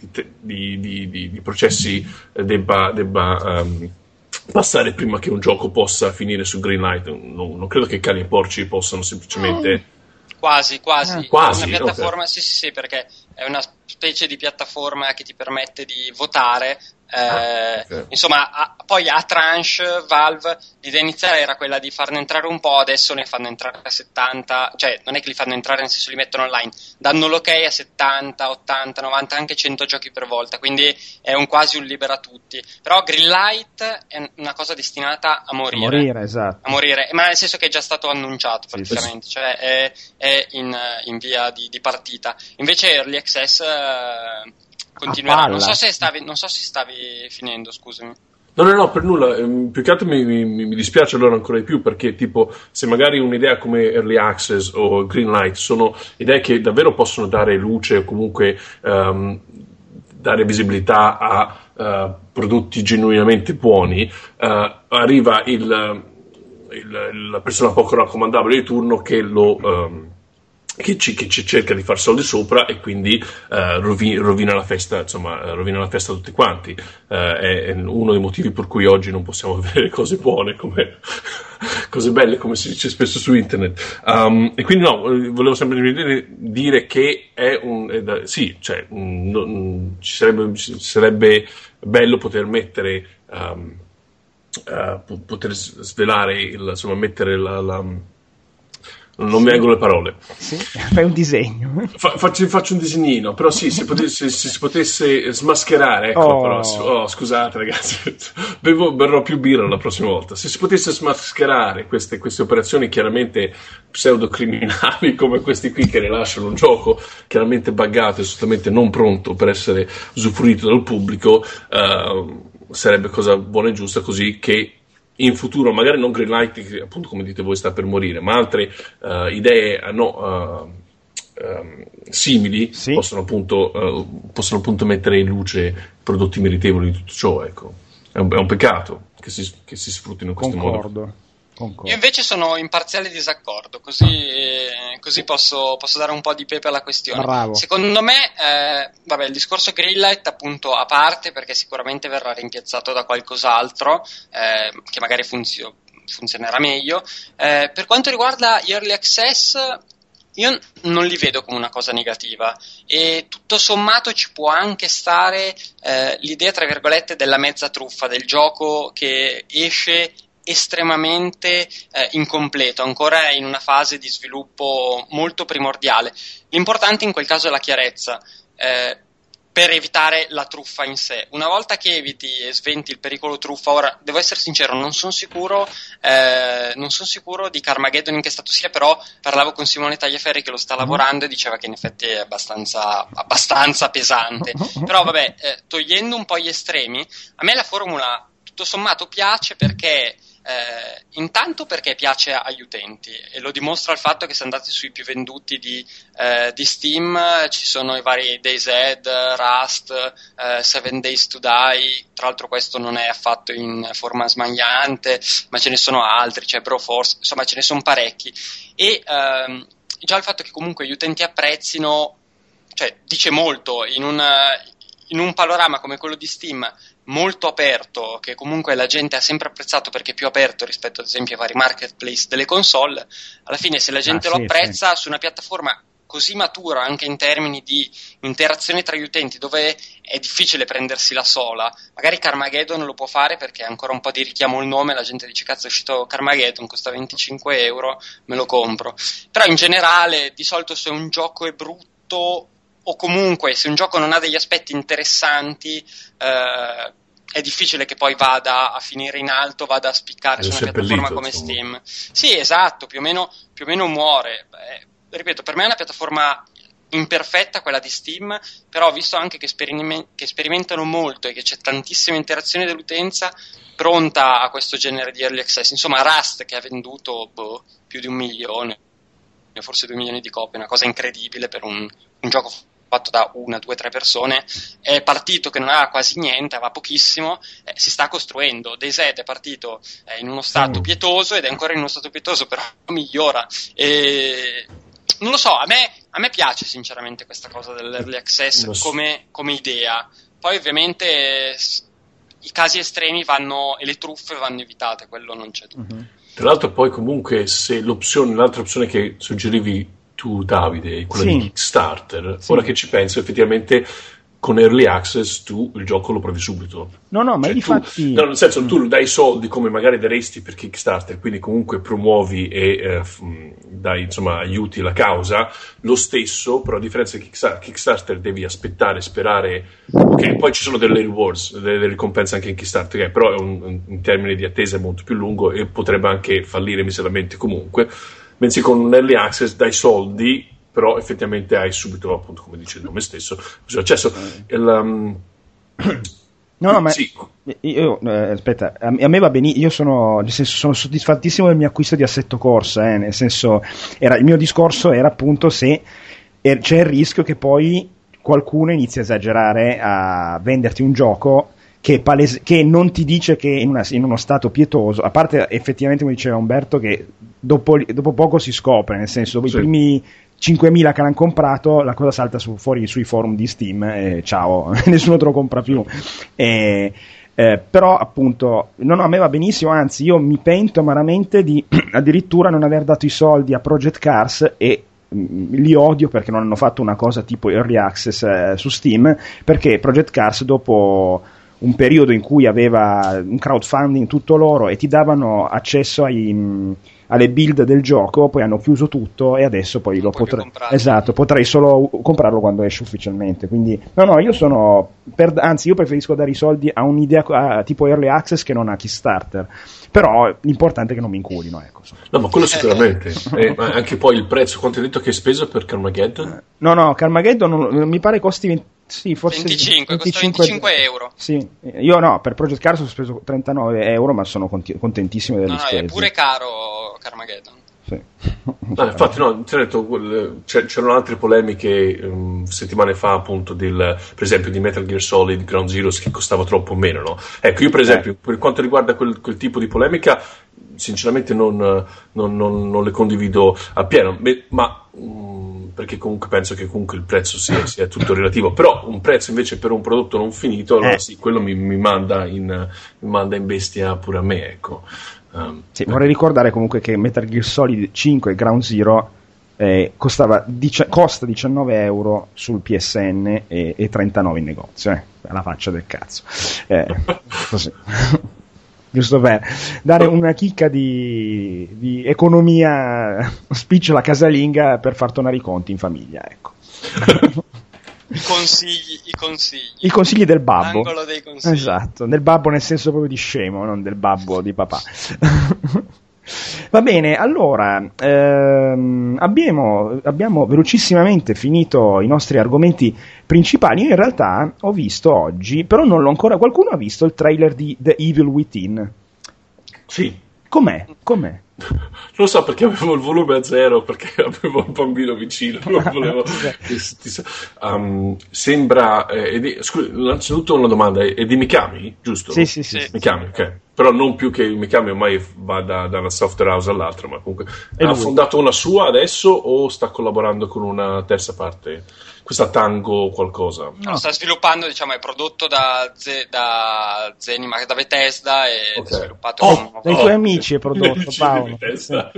di, di, di, di processi debba, debba um, passare prima che un gioco possa finire su Greenlight. Non, non credo che cani e porci possano semplicemente quasi, quasi, ah, quasi una piattaforma, okay. sì sì sì, perché è una specie di piattaforma che ti permette di votare. Eh, ah, okay. Insomma, a, poi a tranche Valve l'idea iniziale era quella di farne entrare un po', adesso ne fanno entrare a settanta, cioè non è che li fanno entrare nel senso li mettono online, danno l'ok a settanta, ottanta, novanta, anche cento giochi per volta, quindi è un quasi un libera tutti. Però Greenlight è una cosa destinata a morire, a morire, esatto. a morire, ma nel senso che è già stato annunciato praticamente, sì, sì. Cioè è, è in, in via di, di partita. Invece Early Access eh, continuerà. Non so se stavi, non so se stavi finendo, scusami. No, no, no, per nulla. Ehm, più che altro mi, mi, mi dispiace allora ancora di più, perché tipo, se magari un'idea come Early Access o Greenlight sono idee che davvero possono dare luce o comunque um, dare visibilità a uh, prodotti genuinamente buoni, uh, arriva il, il, la persona poco raccomandabile di turno che lo... Um, Che ci, che ci cerca di far soldi sopra e quindi uh, rovina, rovina la festa, insomma, rovina la festa a tutti quanti. Uh, è, è uno dei motivi per cui oggi non possiamo avere cose buone, come cose belle, come si dice spesso su internet. Um, e quindi no, volevo sempre dire, dire che è un, è da, sì, cioè, non, ci sarebbe, ci sarebbe bello poter mettere, um, uh, poter svelare, il, insomma, mettere la, la non sì. mi vengono le parole. Sì, fai un disegno. Fa, faccio, faccio un disegnino, però sì, se, potesse, se si potesse smascherare, ecco, oh. però, oh, scusate ragazzi, bevo, berrò più birra la prossima volta. Se si potesse smascherare queste, queste operazioni chiaramente pseudocriminali come questi qui che rilasciano un gioco chiaramente buggato e assolutamente non pronto per essere usufruito dal pubblico, uh, sarebbe cosa buona e giusta, così che in futuro, magari non Greenlight, che appunto come dite voi sta per morire, ma altre uh, idee no, uh, um, simili sì. possono, appunto, uh, possono appunto mettere in luce prodotti meritevoli di tutto ciò. Ecco. È, un, è un peccato che si, che si sfruttino in questo Concordo. modo. Concordo. Io invece sono in parziale disaccordo, così, eh, così posso, posso dare un po' di pepe alla questione. Bravo. Secondo me, eh, vabbè, il discorso Greenlight appunto a parte, perché sicuramente verrà rimpiazzato da qualcos'altro eh, che magari funzio- funzionerà meglio. Eh, per quanto riguarda gli Early Access, io non li vedo come una cosa negativa, e tutto sommato ci può anche stare eh, l'idea, tra virgolette, della mezza truffa, del gioco che esce estremamente eh, incompleto, ancora in una fase di sviluppo molto primordiale. L'importante in quel caso è la chiarezza, eh, per evitare la truffa in sé. Una volta che eviti e sventi il pericolo truffa, ora devo essere sincero, non sono sicuro eh, non sono sicuro di Carmageddon in che stato sia, però parlavo con Simone Tagliaferri che lo sta lavorando e diceva che in effetti è abbastanza abbastanza pesante. Però vabbè, eh, togliendo un po' gli estremi, a me la formula tutto sommato piace, perché Eh, intanto perché piace agli utenti, e lo dimostra il fatto che se andate sui più venduti di, eh, di Steam ci sono i vari DayZ, Rust, eh, Seven Days to Die. Tra l'altro questo non è affatto in forma smagliante, ma ce ne sono altri, c'è Broforce, insomma ce ne sono parecchi, e ehm, già il fatto che comunque gli utenti apprezzino, cioè dice molto in un, in un panorama come quello di Steam, molto aperto, che comunque la gente ha sempre apprezzato perché è più aperto rispetto ad esempio ai vari marketplace delle console. Alla fine, se la gente ah, lo sì, apprezza sì. su una piattaforma così matura anche in termini di interazione tra gli utenti, dove è difficile prendersi la sola, magari Carmageddon lo può fare perché ha ancora un po' di richiamo al nome, la gente dice cazzo è uscito Carmageddon, costa venticinque euro, me lo compro. Però in generale, di solito, se un gioco è brutto, o comunque se un gioco non ha degli aspetti interessanti, eh, è difficile che poi vada a finire in alto, vada a spiccare su una piattaforma come insomma. Steam. Sì, esatto, più o meno, più o meno muore. Beh, ripeto, per me è una piattaforma imperfetta quella di Steam, però ho visto anche che, esperiment- che sperimentano molto e che c'è tantissima interazione dell'utenza pronta a questo genere di early access. Insomma, Rust, che ha venduto boh, più di un milione, forse due milioni di copie, una cosa incredibile per un, un gioco fatto da una, due, tre persone, è partito che non aveva quasi niente, aveva pochissimo, eh, si sta costruendo. DayZ è partito eh, in uno stato mm. pietoso ed è ancora in uno stato pietoso, però migliora. E non lo so, a me, a me piace sinceramente questa cosa dell'early access so. come, come idea. Poi ovviamente i casi estremi vanno, e le truffe vanno evitate, quello non c'è dubbio. Mm-hmm. Tra l'altro poi comunque se l'opzione, l'altra opzione che suggerivi tu Davide, quella sì. di Kickstarter, sì. ora che ci penso effettivamente con Early Access tu il gioco lo provi subito. No, no, ma cioè, infatti... No, nel senso, tu dai soldi come magari daresti per Kickstarter, quindi comunque promuovi e eh, dai, insomma, aiuti la causa, lo stesso, però a differenza di Kickstarter devi aspettare, sperare, ok, poi ci sono delle rewards, delle ricompense anche in Kickstarter, okay, però è un, un, un termine di attesa molto più lungo e potrebbe anche fallire miseramente comunque, mentre con un Early Access dai soldi, però effettivamente hai subito, appunto, come dice il nome stesso, accesso. Il, um... No, no, ma sì. io, eh, aspetta, a, a me va bene, io sono, nel senso, sono soddisfattissimo del mio acquisto di Assetto Corsa, eh, nel senso, era, il mio discorso era appunto se er, c'è il rischio che poi qualcuno inizi a esagerare a venderti un gioco che, palese, che non ti dice che in, una, in uno stato pietoso, a parte effettivamente come diceva Umberto che dopo, dopo poco si scopre, nel senso dopo sì. i primi cinquemila che l'hanno comprato la cosa salta su, fuori sui forum di Steam e ciao, nessuno te lo compra più e, eh, però appunto no, no, a me va benissimo, anzi io mi pento amaramente di addirittura non aver dato i soldi a Project Cars e mh, li odio perché non hanno fatto una cosa tipo Early Access eh, su Steam, perché Project Cars dopo un periodo in cui aveva un crowdfunding tutto loro e ti davano accesso ai, mh, alle build del gioco, poi hanno chiuso tutto e adesso poi non lo potrai esatto, potrai solo comprarlo quando esce ufficialmente. Quindi no no, io sono per, anzi io preferisco dare i soldi a un'idea a, tipo Early Access che non a Kickstarter. Però l'importante è che non mi inculino, ecco. No, ma quello sicuramente. E anche poi il prezzo, quanto hai detto che hai speso per Carmageddon? No, no, Carmageddon non, mi pare costi venti, sì, forse venticinque, venticinque, costa venticinque euro. Sì, io no, per Project Cars ho speso trentanove euro, ma sono conti- contentissimo delle no, no, spese. È pure caro Carmageddon. Sì. No, infatti no, ti ho detto, c'erano altre polemiche um, settimane fa appunto del, per esempio di Metal Gear Solid Ground Zeroes che costava troppo meno, no? Ecco, io per esempio eh. per quanto riguarda quel, quel tipo di polemica sinceramente non, non, non, non le condivido appieno, ma um, perché comunque penso che comunque il prezzo sia, sia tutto relativo, però un prezzo invece per un prodotto non finito, allora eh. sì, quello mi, mi, manda in, mi manda in bestia pure a me, ecco. Um, sì, vorrei ricordare comunque che Metal Gear Solid cinque e Ground Zero eh, costava dici- costa diciannove euro sul P S N e, e trentanove in negozio, eh, alla faccia del cazzo, eh, così. Giusto per dare una chicca di, di economia spicciola casalinga per far tornare i conti in famiglia, ecco. I consigli, i consigli. I consigli del babbo. L'angolo dei consigli. Esatto, del babbo nel senso proprio di scemo, non del babbo di papà. Va bene, allora ehm, abbiamo, abbiamo velocissimamente finito i nostri argomenti principali. Io in realtà ho visto oggi, però non l'ho ancora. Qualcuno ha visto il trailer di The Evil Within? Sì. Com'è? Com'è? Non lo so, perché avevo il volume a zero, perché avevo il bambino vicino, non volevo. um, sembra eh, di, scusa, innanzitutto una domanda: è di Mikami, giusto? Sì, sì, sì. sì. Mikami, ok. Però non più che Mikami ormai va da, da una software house all'altra, ma comunque E ha lui? fondato una sua adesso o sta collaborando con una terza parte? Questa Tango qualcosa? No, sta sviluppando, diciamo, è prodotto da, Z- da Zenimax, da Bethesda e Okay. sviluppato Oh, con Dai Oh, tuoi amici è prodotto, amici Paolo. di testa.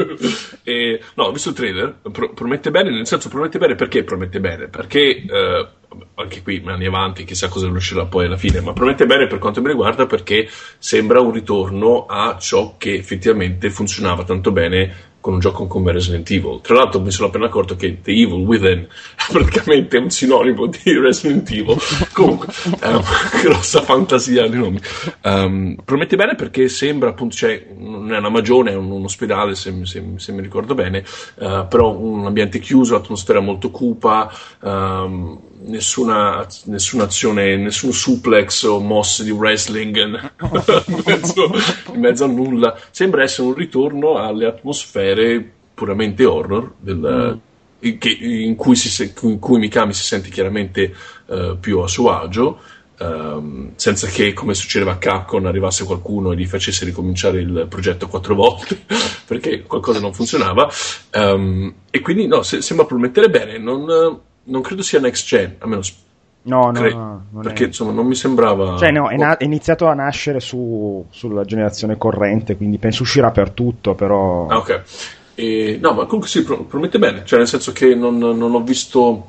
E, no, ho visto il trailer, pro- promette bene, nel senso promette bene perché promette bene? Perché eh, anche qui anni avanti, chissà cosa riuscirà poi alla fine, ma promette bene per quanto mi riguarda perché sembra un ritorno a ciò che effettivamente funzionava tanto bene con un gioco come Resident Evil. Tra l'altro mi sono appena accorto che The Evil Within è praticamente un sinonimo di Resident Evil. Comunque, um, grossa fantasia di nomi. Um, promette bene perché sembra appunto, cioè, non è una magione, è un, un ospedale se, se, se mi ricordo bene, uh, però un ambiente chiuso, atmosfera molto cupa, um, nessuna, nessuna azione, nessun suplex o mosse di wrestling in mezzo, in mezzo a nulla. Sembra essere un ritorno alle atmosfere puramente horror del, mm. che, in, cui si, in cui Mikami si sente chiaramente uh, più a suo agio, um, senza che, come succedeva a Capcom, arrivasse qualcuno e gli facesse ricominciare il progetto quattro volte perché qualcosa non funzionava, um, e quindi no, se, sembra promettere bene. Non, non credo sia next gen, almeno No, no, credo, no, non perché è. insomma non mi sembrava. Cioè, no, è, na- è iniziato a nascere su, sulla generazione corrente, quindi penso uscirà per tutto, però. Ah, ok. E, no, ma comunque sì, pro- promette bene, cioè nel senso che non, non ho visto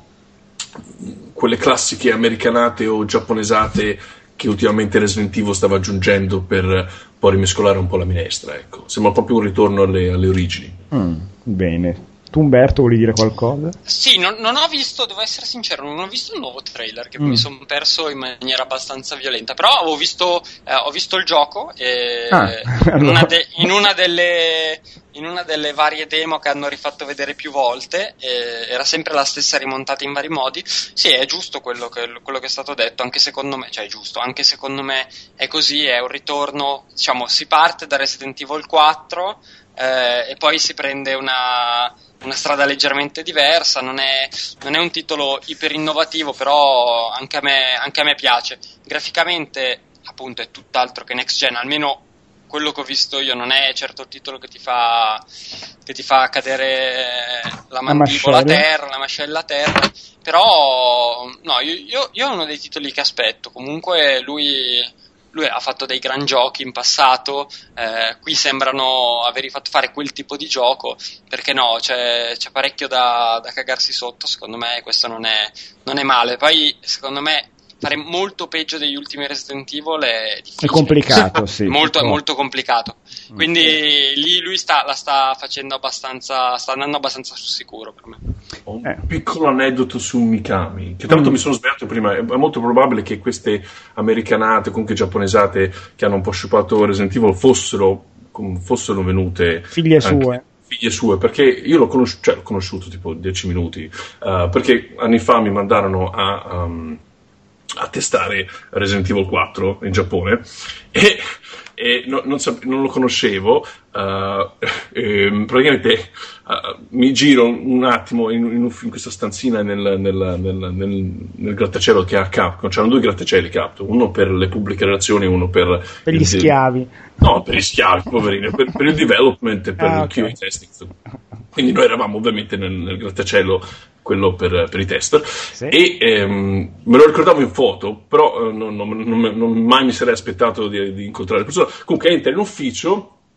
quelle classiche americanate o giapponesate che ultimamente Resident Evil stava aggiungendo per poi rimescolare un po' la minestra, ecco. Sembra proprio un ritorno alle, alle origini. Mm, bene. Tu, Umberto, vuoi dire qualcosa? Sì, non, non ho visto, devo essere sincero, non ho visto il nuovo trailer, che mm. mi sono perso in maniera abbastanza violenta, però ho visto, eh, ho visto il gioco e ah, in, una de, in, una delle, in una delle varie demo che hanno rifatto vedere più volte, eh, era sempre la stessa rimontata in vari modi. Sì, è giusto quello che, quello che è stato detto, anche secondo me, cioè è giusto, anche secondo me è così, è un ritorno, diciamo, si parte da Resident Evil quattro eh, e poi si prende una... una strada leggermente diversa, non è, non è un titolo iper innovativo, però anche a me, anche a me piace. Graficamente, appunto, è tutt'altro che next gen, almeno quello che ho visto io. Non è certo il titolo che ti fa che ti fa cadere la mandibola a terra, la mascella a terra, però no, io, io, io è uno dei titoli che aspetto. Comunque lui Lui ha fatto dei gran giochi in passato, eh, qui sembrano avergli fatto fare quel tipo di gioco, perché no, c'è, c'è parecchio da, da cagarsi sotto, secondo me questo non è, non è male. Poi secondo me fare molto peggio degli ultimi Resident Evil è difficile. È complicato, sì. Molto, è molto complicato. Quindi lì lui sta, la sta facendo abbastanza, sta andando abbastanza sul sicuro per me. Ho un eh. piccolo aneddoto su Mikami, che tra l'altro mm. mi sono sbagliato prima. È molto probabile che queste americanate, comunque giapponesate, che hanno un po' sciupato Resident Evil fossero, fossero venute figlie sue. Figlie sue, perché io l'ho conosciuto, cioè, l'ho conosciuto tipo dieci minuti, uh, perché anni fa mi mandarono a, um, a testare Resident Evil quattro in Giappone e, e no, non, sap- non lo conoscevo. Uh, e praticamente uh, mi giro un attimo in, in, in questa stanzina nel, nel, nel, nel, nel grattacielo che ha Capcom. C'erano due grattacieli Capcom, uno per le pubbliche relazioni e uno per, per gli il, schiavi. No, per gli schiavi, poverini, per, per il development e per ah, il okay. Q A testing. Quindi noi eravamo ovviamente nel, nel grattacielo, quello per, per i tester, sì. E ehm, me lo ricordavo in foto, però eh, non, non, non, non mai mi sarei aspettato di, di incontrare le persone. Comunque entra in ufficio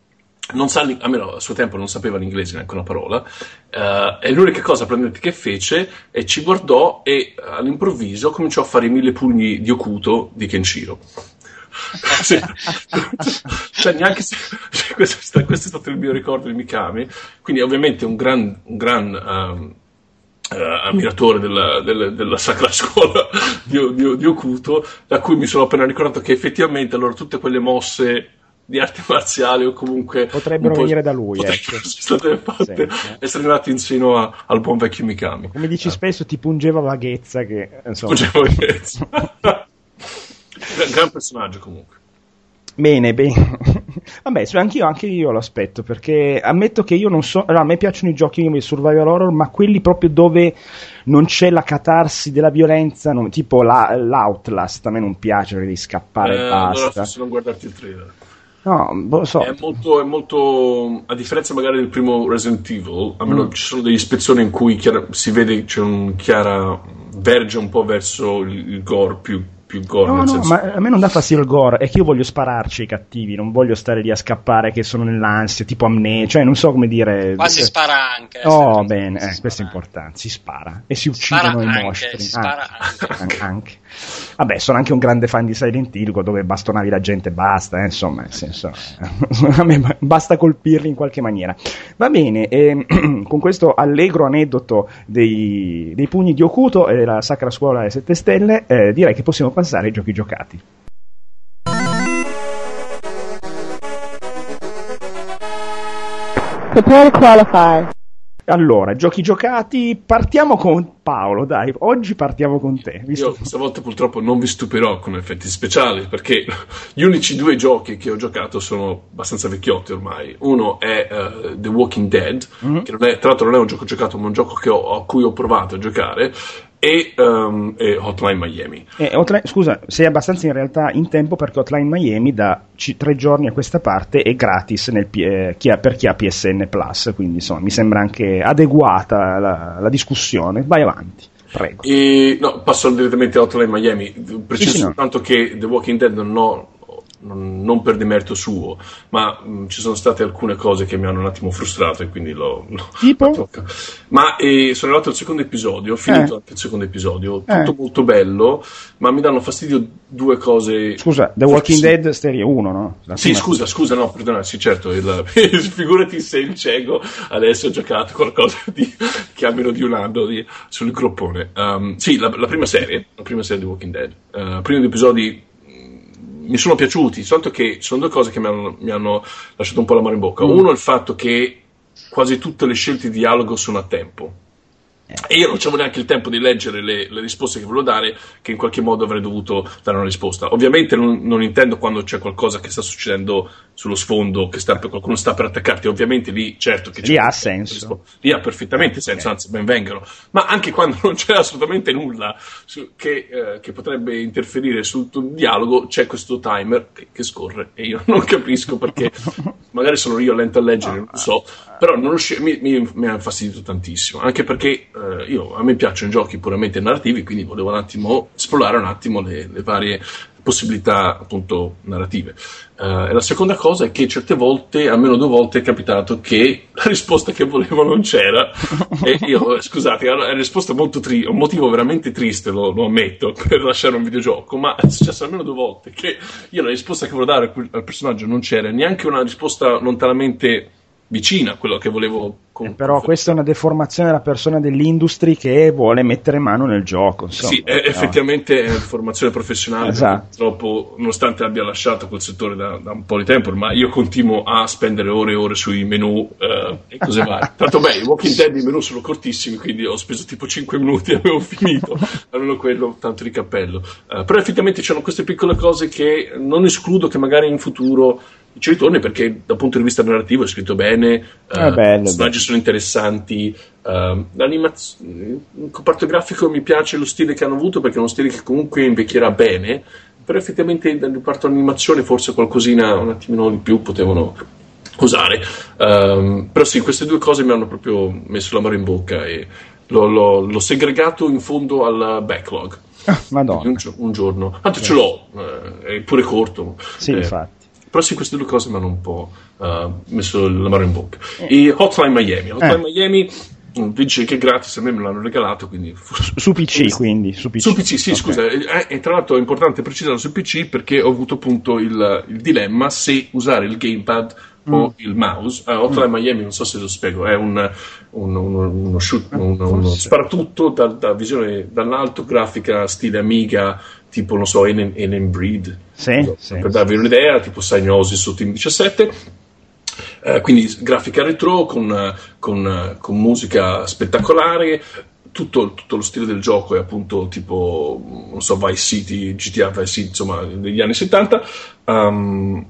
non sa, almeno a suo tempo non sapeva l'inglese neanche una parola, uh, e l'unica cosa che fece è ci guardò e all'improvviso cominciò a fare i mille pugni di Okuto di Kenshiro. Sì. Cioè neanche se, cioè, questo, è stato, questo è stato il mio ricordo di Mikami, quindi ovviamente un gran, un gran um, Uh, ammiratore della, della, della sacra scuola di, di, di Okuto, da cui mi sono appena ricordato che effettivamente allora tutte quelle mosse di arte marziale o comunque potrebbero venire da lui, potrebbero ecco. essere state fatte, sì, essere andate in seno a, al buon vecchio Mikami. Come dici eh. spesso, ti pungeva vaghezza che insomma. Pungeva vaghezza. gran, gran personaggio comunque. Bene, bene. Vabbè, anche io, anche io lo aspetto, perché ammetto che io non so, allora, a me piacciono i giochi di survival horror, ma quelli proprio dove non c'è la catarsi della violenza, non, tipo la, l'Outlast, a me non piace, devi scappare eh, e basta. Allora forse non guardarti il trailer. No, lo so. È molto, è molto, a differenza magari del primo Resident Evil, almeno mm. ci sono degli spezzoni in cui chiara, si vede c'è un chiara verge un po' verso il, il gore più più gore, no, nel no, senso... ma a me non dà fastidio il gore, è che io voglio spararci ai cattivi, non voglio stare lì a scappare che sono nell'ansia, tipo amnesia, cioè non so come dire. Qua si spara anche. Oh, bene, eh, questo è importante, si spara e si uccidono i mostri. Si spara anche. anche. anche. Vabbè, sono anche un grande fan di Silent Hill, dove bastonavi la gente e basta, eh, insomma, nel senso, a me basta colpirli in qualche maniera. Va bene, eh, con questo allegro aneddoto dei, dei pugni di Okuto e della Sacra Scuola delle Sette Stelle, eh, direi che possiamo passare ai giochi giocati. Prepare to qualify. Allora, giochi giocati, partiamo con Paolo, dai, oggi partiamo con te. Visto... Io stavolta purtroppo non vi stupirò con effetti speciali, perché gli unici due giochi che ho giocato sono abbastanza vecchiotti ormai. Uno è uh, The Walking Dead, mm-hmm. che non è, tra l'altro non è un gioco giocato, ma un gioco che ho, a cui ho provato a giocare, e, um, e Hotline Miami. Eh, Hotline, scusa, sei abbastanza in realtà in tempo, perché Hotline Miami da c- tre giorni a questa parte è gratis nel P- eh, chi ha, per chi ha P S N Plus, quindi insomma mi sembra anche adeguata la, la discussione. Vai avanti, prego. E, no, passo direttamente a Hotline Miami. Preciso sì, sì, soltanto no. che The Walking Dead non ho Non, non per demerito suo, ma mh, ci sono state alcune cose che mi hanno un attimo frustrato e quindi l'ho, l'ho tipo? Ma eh, sono arrivato al secondo episodio, ho finito eh. anche il secondo episodio, tutto eh. molto bello, ma mi danno fastidio due cose. Scusa, The Walking sì. Dead serie uno, no? La sì, scusa, scusa, no, perdona, sì, certo, il, figurati se il cieco adesso ha giocato qualcosa di, che ha meno di un anno di, sul groppone. Um, sì, la, la prima serie, la prima serie di The Walking Dead, uh, primi due episodi mi sono piaciuti, soltanto che sono due cose che mi hanno, mi hanno lasciato un po' l'amaro in bocca. Mm. Uno è il fatto che quasi tutte le scelte di dialogo sono a tempo. E io non avevo neanche il tempo di leggere le, le risposte che volevo dare, che in qualche modo avrei dovuto dare una risposta. Ovviamente non, non intendo quando c'è qualcosa che sta succedendo sullo sfondo, che sta, qualcuno sta per attaccarti. Ovviamente lì, certo che c'è. Lì ha senso. Lì ha perfettamente okay. senso, anzi, ben vengano. Ma anche quando non c'è assolutamente nulla su, che, eh, che potrebbe interferire sul tuo dialogo, c'è questo timer che, che scorre. E io non capisco perché, magari sono io lento a leggere, non lo so. Però non riusci- mi, mi, mi ha infastidito tantissimo. Anche perché. Uh, io, a me piacciono i giochi puramente narrativi, quindi volevo un attimo esplorare un attimo le, le varie possibilità appunto narrative. Uh, e la seconda cosa è che certe volte, almeno due volte, è capitato che la risposta che volevo non c'era. E io, scusate, è una risposta molto triste, un motivo veramente triste, lo, lo ammetto, per lasciare un videogioco, ma è successo almeno due volte che io la risposta che volevo dare al personaggio non c'era, neanche una risposta lontanamente vicina a quello che volevo. Con, eh, però questa è una deformazione della persona dell'industry che vuole mettere mano nel gioco, insomma. Sì, è, effettivamente è formazione professionale. Esatto. Purtroppo, nonostante abbia lasciato quel settore da, da un po' di tempo, ma io continuo a spendere ore e ore sui menu eh, e cose varie. Tanto beh, i Walking Dead i menu sono cortissimi, quindi ho speso tipo cinque minuti e avevo finito, almeno quello, tanto di cappello. Uh, però effettivamente c'erano queste piccole cose che non escludo che magari in futuro ci ritorni, perché dal punto di vista narrativo è scritto bene, uh, i personaggi sono interessanti, uh, l'animazione, il comparto grafico mi piace lo stile che hanno avuto, perché è uno stile che comunque invecchierà bene, però effettivamente dal reparto animazione forse qualcosina un attimino di più potevano usare. Um, però sì, queste due cose mi hanno proprio messo l'amaro in bocca e l'ho, l'ho, l'ho segregato in fondo al backlog. Ah, Madonna. Un, un giorno, tanto ce l'ho, eh, è pure corto. Sì, eh, infatti. però sì, queste due cose mi hanno un po' uh, messo la mano in bocca. E Hotline Miami, Hotline eh. Miami dice che è gratis, a me me l'hanno regalato, quindi su, su P C, quindi su P C, su P C sì, okay. Scusa, e, e tra l'altro è importante precisarlo su P C perché ho avuto appunto il, il dilemma se usare il gamepad mm. o il mouse. uh, Hotline mm. Miami, non so se lo spiego, è un, un, uno, uno, shoot, uno, uno sparatutto da, da visione dall'alto, grafica stile Amiga, tipo non so, Alien, Alien Breed, sì, so, sì, per darvi un'idea, tipo Psygnosis su Team diciassette. Uh, quindi grafica retro con, con, con musica spettacolare, tutto, tutto lo stile del gioco è appunto tipo, non so, Vice City, G T A Vice City, insomma, degli anni settanta. Um,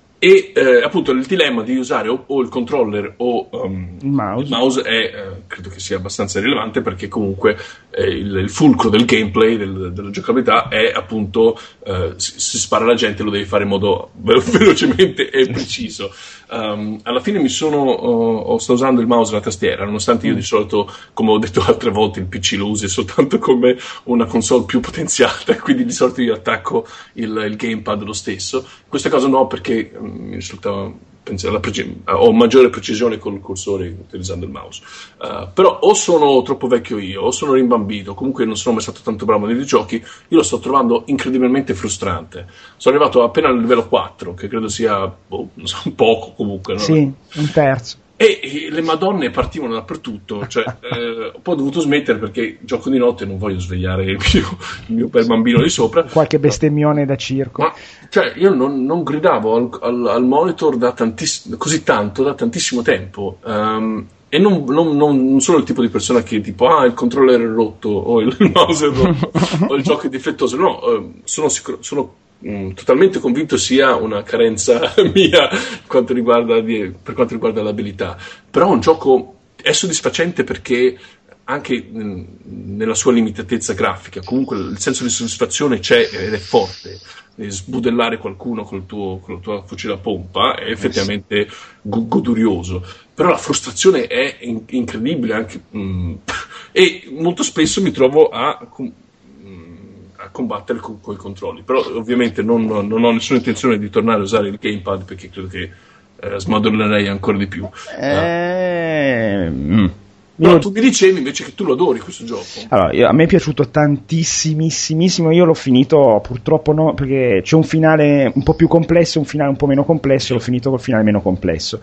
e eh, appunto il dilemma di usare o, o il controller o um, il mouse, il mouse è, eh, credo che sia abbastanza rilevante, perché comunque eh, il, il fulcro del gameplay, del, della giocabilità è appunto eh, si, si spara alla gente, lo devi fare in modo velocemente e preciso. Um, alla fine mi sono uh, sto usando il mouse e la tastiera, nonostante io di solito, come ho detto altre volte, il P C lo usi soltanto come una console più potenziata, quindi di solito io attacco il, il gamepad lo stesso. Questa cosa no, perché um, mi risultava pensare, preci- ho maggiore precisione col cursore utilizzando il mouse. Uh, però o sono troppo vecchio io, o sono rimbambito, comunque non sono mai stato tanto bravo nei videogiochi, io lo sto trovando incredibilmente frustrante. Sono arrivato appena al livello quattro, che credo sia boh, non so, poco comunque, no? Sì, un terzo. E, e le madonne partivano dappertutto, cioè, eh, poi ho dovuto smettere perché gioco di notte e non voglio svegliare il mio, il mio bel bambino di sopra. Qualche bestemmione da circo. Ma cioè, io non, non gridavo al, al, al monitor da tantiss- così tanto, da tantissimo tempo. Um, e non, non, non sono il tipo di persona che tipo, ah, il controller è rotto, o il mouse è rotto, o il gioco è difettoso. No, uh, sono sicuro, sono Mm, totalmente convinto sia una carenza mia quanto riguarda di, per quanto riguarda l'abilità, però un gioco è soddisfacente perché anche mh, nella sua limitatezza grafica comunque il senso di soddisfazione c'è ed è forte. Sbudellare qualcuno col tuo, con la tua fucile a pompa è effettivamente go- godurioso, però la frustrazione è in- incredibile anche, mh, e molto spesso mi trovo a a combattere con i controlli, però ovviamente non, non ho nessuna intenzione di tornare a usare il gamepad, perché credo che eh, smadollerei ancora di più. Eh, uh. mm. Però tu mi dicevi invece che tu lo adori questo gioco. Allora, io, a me è piaciuto tantissimissimo, io l'ho finito purtroppo no, perché c'è un finale un po' più complesso e un finale un po' meno complesso, l'ho finito col finale meno complesso,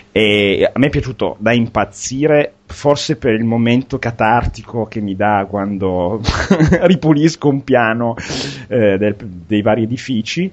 e a me è piaciuto da impazzire, forse per il momento catartico che mi dà quando ripulisco un piano eh, del, dei vari edifici.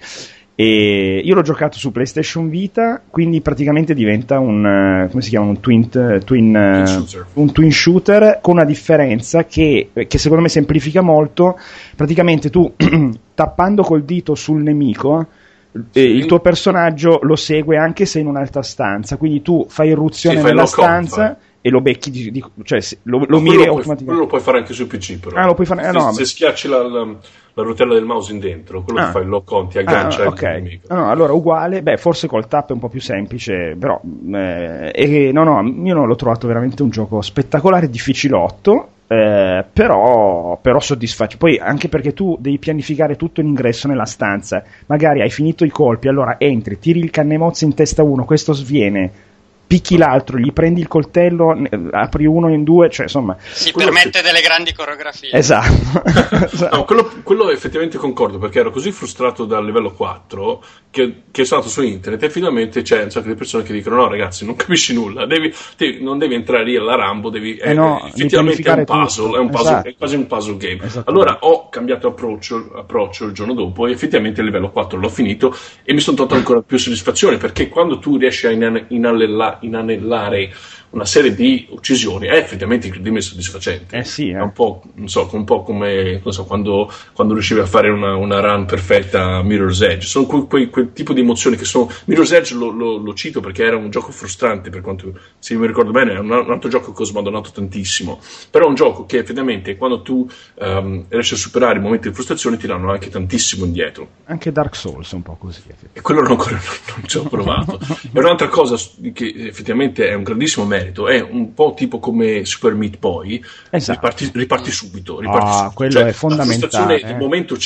E io l'ho giocato su PlayStation Vita, quindi praticamente diventa un, come si chiama, un twin, twin, twin shooter. un twin shooter, con una differenza che, che secondo me semplifica molto. Praticamente tu tappando col dito sul nemico, sì, il tuo personaggio lo segue anche se in un'altra stanza, quindi tu fai irruzione sì, fai nella stanza con, e lo becchi di, di, cioè lo, lo miri automaticamente. Quello lo puoi fare anche su P C, però ah, lo puoi fare, eh, se, no, se schiacci la, la, la rotella del mouse in dentro, quello ah. che fa il lock on ti aggancia ah, il okay. nemico. No, allora uguale, beh, forse col tap è un po' più semplice, però eh, e, no no io non l'ho trovato veramente un gioco spettacolare, difficilotto, eh, però però soddisfacente. Poi anche perché tu devi pianificare tutto l'ingresso nella stanza, magari hai finito i colpi, allora entri, tiri il cannemozzo in testa a uno, questo sviene, picchi l'altro, gli prendi il coltello, apri uno in due, cioè insomma si permette che... delle grandi coreografie. Esatto. esatto. No, quello, quello effettivamente concordo, perché ero così frustrato dal livello quattro che, che sono andato su internet e finalmente c'è un sacco di persone che dicono no ragazzi, non capisci nulla, devi, devi, non devi entrare lì alla Rambo, devi, eh no, è, effettivamente è un puzzle, tutto. è, un puzzle Esatto. è quasi un puzzle game. Allora ho cambiato approccio, approccio il giorno dopo e effettivamente il livello quattro l'ho finito e mi sono tolto ancora più soddisfazione, perché quando tu riesci a inan- inanella- inanellare una serie di uccisioni è effettivamente incredibilmente soddisfacente. Eh sì, eh. È un po', non so, un po' come non so, quando, quando riuscivi a fare una, una run perfetta a Mirror's Edge. Sono quel, quel, quel tipo di emozioni che sono. Mirror's Edge lo, lo, lo cito perché era un gioco frustrante, per quanto, se mi ricordo bene, è un, un altro gioco che ho smadonnato tantissimo. Però è un gioco che effettivamente quando tu um, riesci a superare i momenti di frustrazione ti danno anche tantissimo indietro. Anche Dark Souls è un po' così. E quello non, ancora non, non ci ho provato. E un'altra cosa che effettivamente è un grandissimo merito, è un po' tipo come Super Meat Boy, esatto. riparti, riparti subito, riparti ah, subito. Quello cioè, è fondamentale. La frustrazione, eh. il momento c'è,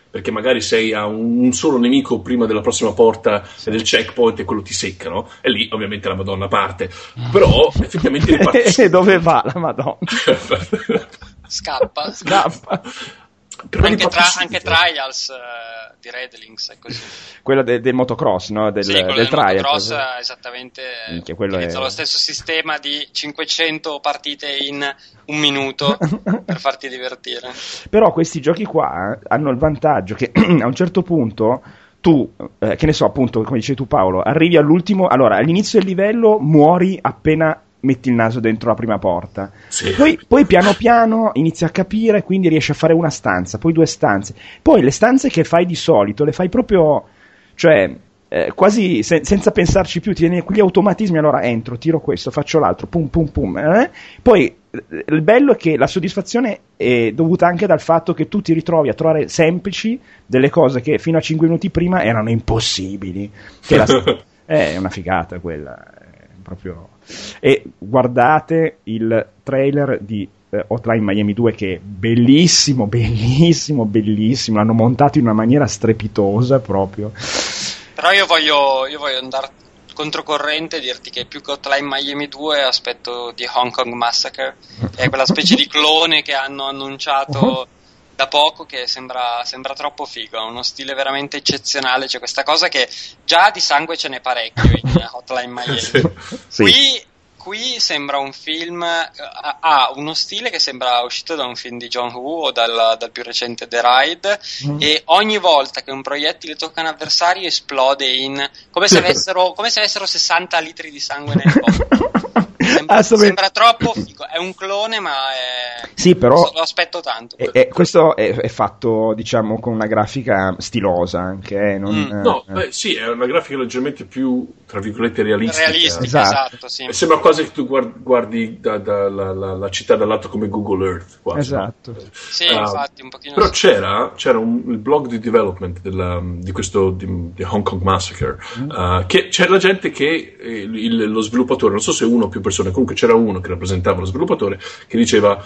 perché magari sei a un, un solo nemico prima della prossima porta sì. del checkpoint e quello ti seccano, e lì ovviamente la Madonna parte, però effettivamente riparte. E dove va la Madonna? Scappa. Scappa. Però anche, tra, anche Trials uh, di Redlinks è così. Quello de, del motocross, no? Del, sì, quello del, del trial, motocross è esattamente Minchia, quello utilizza è... lo stesso sistema di cinquecento partite in un minuto per farti divertire. Però questi giochi qua hanno il vantaggio che a un certo punto tu, eh, che ne so, appunto, come dicevi tu Paolo, arrivi all'ultimo, allora all'inizio del livello muori appena metti il naso dentro la prima porta, sì. poi, poi piano piano inizi a capire, quindi riesci a fare una stanza, poi due stanze, poi le stanze che fai di solito le fai proprio, cioè eh, quasi se- senza pensarci più, ti viene quegli automatismi, allora entro, tiro questo, faccio l'altro, pum pum pum, eh? Poi eh, il bello è che la soddisfazione è dovuta anche dal fatto che tu ti ritrovi a trovare semplici delle cose che fino a cinque minuti prima erano impossibili, che la, è una figata quella, è proprio. E guardate il trailer di eh, Hotline Miami due, che è bellissimo, bellissimo, bellissimo, l'hanno montato in una maniera strepitosa proprio. Però io voglio, io voglio andare controcorrente e dirti che più che Hotline Miami due aspetto di Hong Kong Massacre, che è quella specie di clone che hanno annunciato uh-huh. da poco, che sembra, sembra troppo figo, ha uno stile veramente eccezionale, c'è questa cosa che già di sangue ce n'è parecchio in Hotline Miami. sì. Qui, qui sembra un film, ha ah, uno stile che sembra uscito da un film di John Woo o dal, dal più recente The Ride, mm. e ogni volta che un proiettile tocca un avversario esplode in come se avessero, come se avessero sessanta litri di sangue nel corpo. Sembra, ah, sembra troppo figo, è un clone ma è... sì, però lo aspetto tanto. È, è, questo è, è fatto, diciamo, con una grafica stilosa anche, eh, non, mm. no, eh. Beh, sì, è una grafica leggermente più, tra virgolette, realistica. Realistica, esatto, esatto sì. Sembra quasi che tu guardi, guardi da, da, la, la, la città dall'alto come Google Earth, quasi, esatto. No? Sì, uh, infatti, un pochino. Però sì. c'era, c'era un, il blog di development della, di questo di, di Hong Kong Massacre, mm. uh, che c'era gente che eh, il, lo sviluppatore, non so se uno o più persone, comunque c'era uno che rappresentava lo sviluppatore che diceva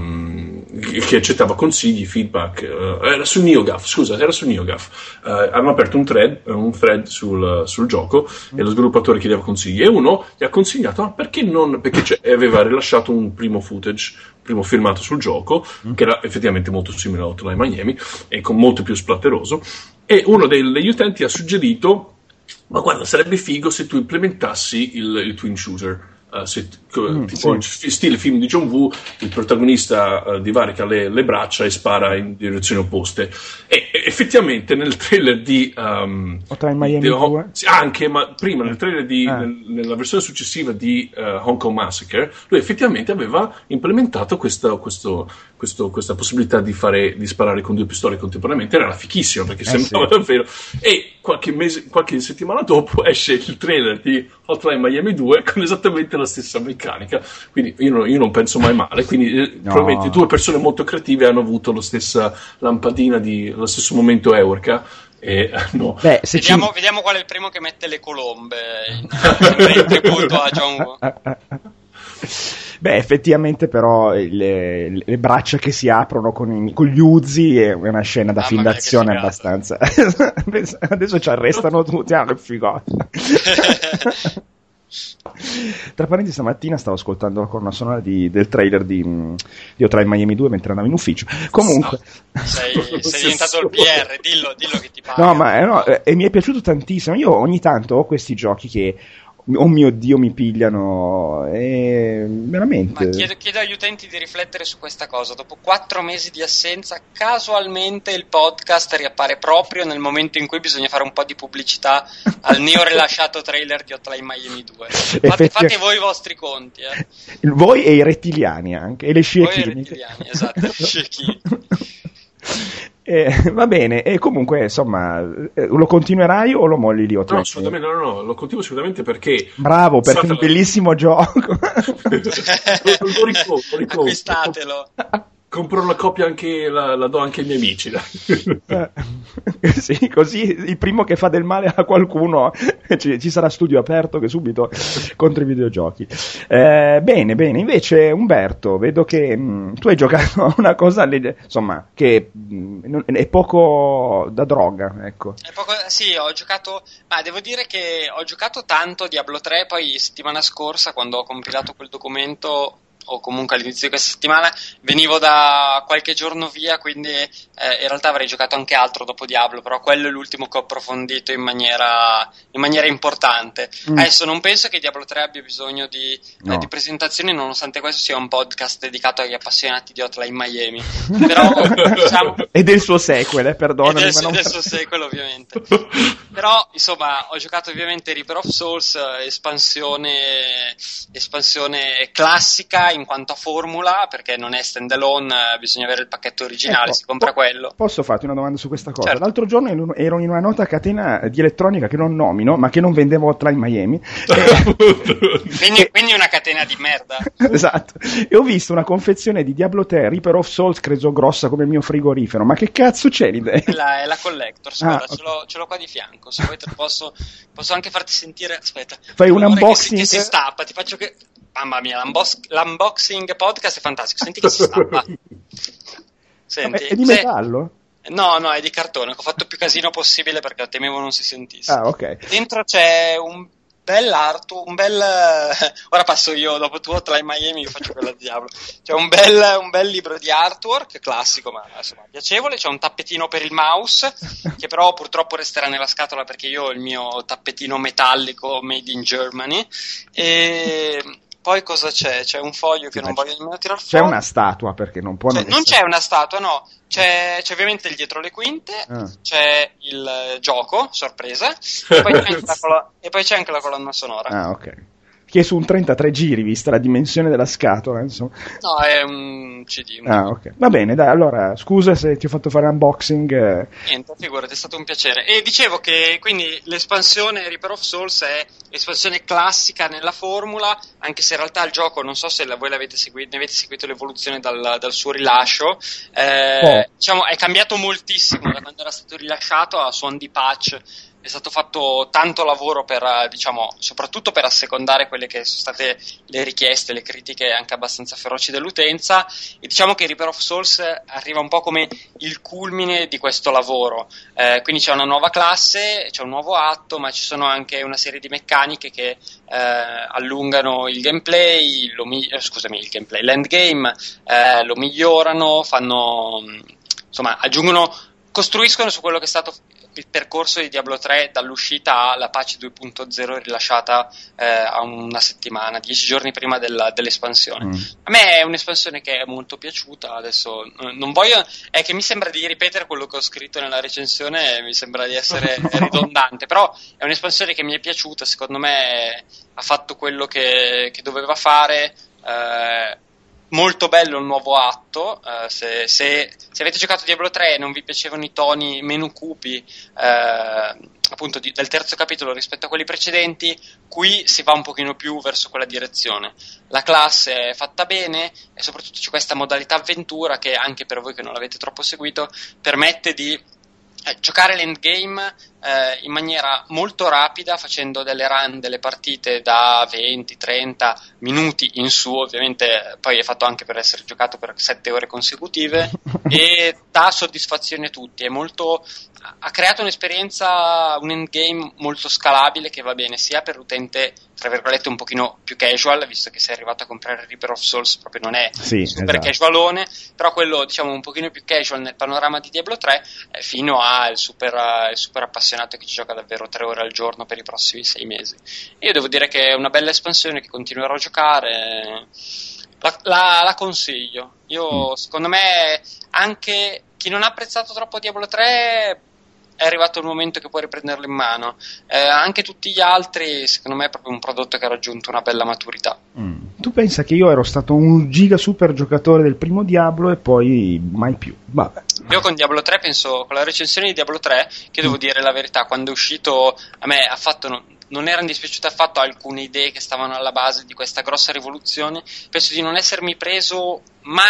um, che accettava consigli, feedback, uh, era su NeoGAF, scusa, era su NeoGAF, uh, avevano aperto un thread, un thread sul, sul gioco mm. e lo sviluppatore chiedeva consigli e uno gli ha consigliato, ma perché non, perché cioè, aveva rilasciato un primo footage, primo filmato sul gioco mm. che era effettivamente molto simile a Hotline Miami e con molto più splatteroso, e uno dei, degli utenti ha suggerito, ma guarda, sarebbe figo se tu implementassi il, il twin shooter. Uh, se, mm, tipo sì. Stile film di John Woo, il protagonista uh, divarica le, le braccia e spara in direzioni opposte, e, e effettivamente nel trailer di um, Hotline Miami di, due sì, anche, ma prima nel trailer di ah. nel, nella versione successiva di uh, Hong Kong Massacre lui effettivamente aveva implementato questa, questo, questo, questa possibilità di fare di sparare con due pistole contemporaneamente, era fichissimo perché eh sembrava sì. davvero, e qualche mese, qualche settimana dopo esce il trailer di Hotline Miami due con esattamente la stessa meccanica, quindi io non, io non penso mai male, quindi eh, no. probabilmente due persone molto creative hanno avuto la stessa lampadina di lo stesso momento Eureka e no. Beh, se vediamo, ci... vediamo qual è il primo che mette le colombe in, in tributo a John Woo. Beh, effettivamente però le, le braccia che si aprono con, i, con gli Uzi è una scena da ah, film d'azione abbastanza. Adesso ci arrestano tutti, ah, che figata. Tra parentesi, stamattina stavo ascoltando la colonna sonora di, del trailer di, di Hotline Miami due mentre andavo in ufficio. Comunque, no, sei, sei diventato il P R, dillo, dillo che ti paga. No, ma eh, no, eh, e mi è piaciuto tantissimo. Io ogni tanto ho questi giochi che, oh mio Dio, mi pigliano, e veramente. Ma chiedo, chiedo agli utenti di riflettere su questa cosa. Dopo quattro mesi di assenza, casualmente il podcast riappare proprio nel momento in cui bisogna fare un po' di pubblicità al neo rilasciato trailer di Hotline Miami due. Fate, fate voi i vostri conti, eh. Voi e i rettiliani anche, e le scie voi chimiche. Voi e i rettiliani, esatto, le scie chimiche. Eh, va bene, e comunque insomma lo continuerai o lo molli lì? No, assolutamente, no, no, no, lo continuo assolutamente perché bravo, perché è un bellissimo gioco. lo, lo ricordo, lo ricordo. Acquistatelo. compro la copia anche, la, la do anche ai miei amici. Eh, sì, così il primo che fa del male a qualcuno ci, ci sarà studio aperto che subito contro i videogiochi. Eh, bene, bene. Invece Umberto, vedo che mh, tu hai giocato a una cosa insomma che mh, è poco da droga, ecco. È poco, sì, ho giocato, ma devo dire che ho giocato tanto Diablo tre, poi settimana scorsa quando ho compilato quel documento, o comunque all'inizio di questa settimana, venivo da qualche giorno via, quindi eh, in realtà avrei giocato anche altro dopo Diablo, però quello è l'ultimo che ho approfondito in maniera, in maniera importante. Mm. Adesso non penso che Diablo tre abbia bisogno di, no. eh, di presentazioni, nonostante questo sia un podcast dedicato agli appassionati di Hotline Miami. Però, diciamo, e del suo sequel, eh, perdonami. E del, ma non... del suo sequel, ovviamente. Però, insomma, ho giocato ovviamente Reaper of Souls, espansione, espansione classica in quanto a formula, perché non è stand alone, bisogna avere il pacchetto originale, ecco, si compra po- quello. Posso farti una domanda su questa cosa? Certo. L'altro giorno ero in una nota catena di elettronica che non nomino, ma che non vendevo Hotline Miami. e... quindi, quindi una catena di merda. Esatto. E ho visto una confezione di Diablo tre Reaper of Souls, credo grossa come il mio frigorifero. Ma che cazzo c'è lì dentro? È la, è la Collectors, ah, guarda, okay. ce, l'ho, ce l'ho qua di fianco. Se vuoi te lo posso, posso anche farti sentire. Aspetta, fai un unboxing che si, che si stappa, ti faccio che. Mamma mia, l'unbox- l'unboxing podcast è fantastico. Senti che si stappa. Senti, è di se... metallo? No, no, è di cartone. Ho fatto più casino possibile perché temevo non si sentisse. Ah, ok. Dentro c'è un bel arto, un bel. Ora passo io, dopo tu Hotline Miami faccio quella di Diablo. C'è un bel, un bel libro di artwork, classico, ma insomma piacevole. C'è un tappetino per il mouse, che però purtroppo resterà nella scatola perché io ho il mio tappetino metallico made in Germany. E. Poi cosa c'è? C'è un foglio che non voglio nemmeno tirar fuori. C'è una statua perché non può... Cioè, non, non c'è una statua, no. C'è, c'è ovviamente il dietro le quinte, ah. c'è il uh, gioco, sorpresa, e poi, c'è anche la colo- e poi c'è anche la colonna sonora. Ah, ok. Che è su un trentatré giri, vista la dimensione della scatola, insomma. No, è un C D. Un ah, ok. Va bene, dai, allora, scusa se ti ho fatto fare unboxing. Eh. Niente, figurati, è stato un piacere. E dicevo che, quindi, l'espansione Reaper of Souls è l'espansione classica nella formula, anche se in realtà il gioco, non so se la, voi l'avete seguito, ne avete seguito l'evoluzione dal, dal suo rilascio, eh, oh. diciamo, è cambiato moltissimo da quando era stato rilasciato a suon di patch. È stato fatto tanto lavoro per, diciamo, soprattutto per assecondare quelle che sono state le richieste, le critiche anche abbastanza feroci dell'utenza, e diciamo che Reaper of Souls arriva un po' come il culmine di questo lavoro. Eh, quindi c'è una nuova classe, c'è un nuovo atto, ma ci sono anche una serie di meccaniche che eh, allungano il gameplay, lo mi- scusami, il gameplay, l'endgame, eh, lo migliorano, fanno, insomma, aggiungono, costruiscono su quello che è stato il percorso di Diablo tre dall'uscita alla patch due punto zero rilasciata eh, a una settimana, dieci giorni prima della, dell'espansione. Mm. A me è un'espansione che è molto piaciuta, adesso non voglio, è che mi sembra di ripetere quello che ho scritto nella recensione, mi sembra di essere ridondante, però è un'espansione che mi è piaciuta, secondo me ha fatto quello che, che doveva fare. eh, Molto bello il nuovo atto, uh, se, se, se avete giocato Diablo tre e non vi piacevano i toni meno cupi uh, appunto di, del terzo capitolo rispetto a quelli precedenti, qui si va un pochino più verso quella direzione. La classe è fatta bene e soprattutto c'è questa modalità avventura che, anche per voi che non l'avete troppo seguito, permette di Eh, giocare l'endgame eh, in maniera molto rapida, facendo delle run, delle partite da venti trenta minuti in su, ovviamente poi è fatto anche per essere giocato per sette ore consecutive e dà soddisfazione a tutti, è molto, ha creato un'esperienza, un endgame molto scalabile che va bene sia per l'utente tra virgolette un pochino più casual, visto che sei arrivato a comprare Reaper of Souls, proprio non è sì, super esatto. casualone, però quello diciamo un pochino più casual nel panorama di Diablo tre, eh, fino al super, uh, il super appassionato che ci gioca davvero tre ore al giorno per i prossimi sei mesi. Io devo dire che è una bella espansione che continuerò a giocare, la, la, la consiglio. Io mm. secondo me anche chi non ha apprezzato troppo Diablo tre è arrivato il momento che puoi riprenderlo in mano. Eh, anche tutti gli altri, secondo me, è proprio un prodotto che ha raggiunto una bella maturità. Mm. Tu pensa che io ero stato un giga super giocatore del primo Diablo e poi mai più. Vabbè. Io con Diablo tre penso, con la recensione di Diablo tre, che devo mm. dire la verità, quando è uscito a me ha fatto... No, non erano dispiaciute affatto alcune idee che stavano alla base di questa grossa rivoluzione. Penso di non essermi preso mai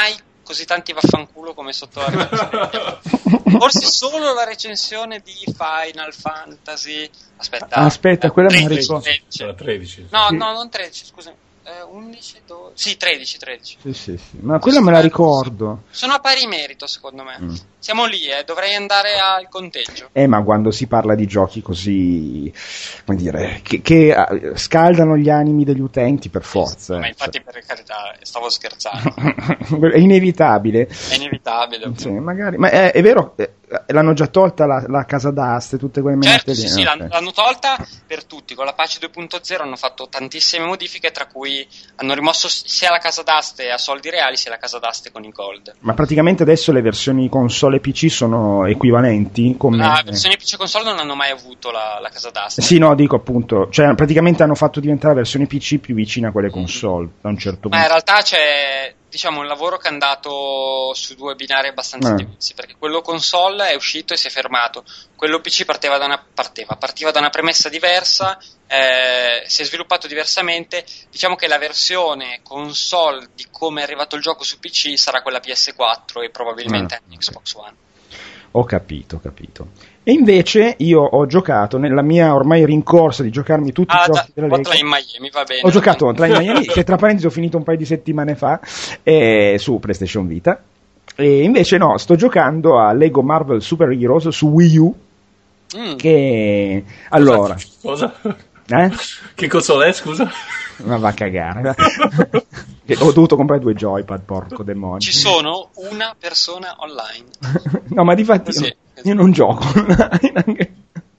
così tanti vaffanculo come sotto la recensione. Forse solo la recensione di Final Fantasy. Aspetta, aspetta, eh, quella tredici, me la ricordo. tredici. tredici. No, Sì. no, non tredici, scusami. Eh, undici, dodici. Sì, tredici, tredici. Sì, sì, sì. Ma quella me la ricordo. Sono a pari merito, secondo me. Mm. Siamo lì, eh, dovrei andare al conteggio. Eh, ma quando si parla di giochi così, come dire, che, che eh, scaldano gli animi degli utenti per forza. Ma infatti, per carità, stavo scherzando. È inevitabile. È inevitabile. Sì, magari. Ma è, è vero, eh, l'hanno già tolta la, la casa d'aste, tutte quelle Certo, menate sì, lì. sì, Ok. l'hanno, l'hanno tolta per tutti. Con la patch due punto zero hanno fatto tantissime modifiche, tra cui hanno rimosso sia la casa d'aste a soldi reali sia la casa d'aste con i gold. Ma praticamente adesso le versioni console e P C sono equivalenti? Come... La versione P C console non hanno mai avuto la, la casa d'aste. Sì, no, dico appunto, cioè praticamente hanno fatto diventare la versione P C più vicina a quelle console, da un certo punto. Ma in realtà c'è, diciamo, un lavoro che è andato su due binari abbastanza Eh. diversi, perché quello console è uscito e si è fermato, quello P C partiva da una, parteva, partiva da una premessa diversa, eh, si è sviluppato diversamente. Diciamo che la versione console di come è arrivato il gioco su P C sarà quella P S quattro e probabilmente Ah. anche Xbox One. Ho capito, ho capito. E invece io ho giocato nella mia ormai rincorsa di giocarmi tutti Ah, i giochi da, della Lega. Hotline Miami, va bene. Ho giocato Hotline Miami, che tra parentesi ho finito un paio di settimane fa, eh, su PlayStation Vita. E invece no, sto giocando a Lego Marvel Super Heroes su Wii U, Mm. che... Allora... Cosa? Eh? Che console è, scusa? Ma va a cagare. Ho dovuto comprare due joypad, porco demonio. Ci sono una persona online. No, ma difatti Sì. io, io non gioco online.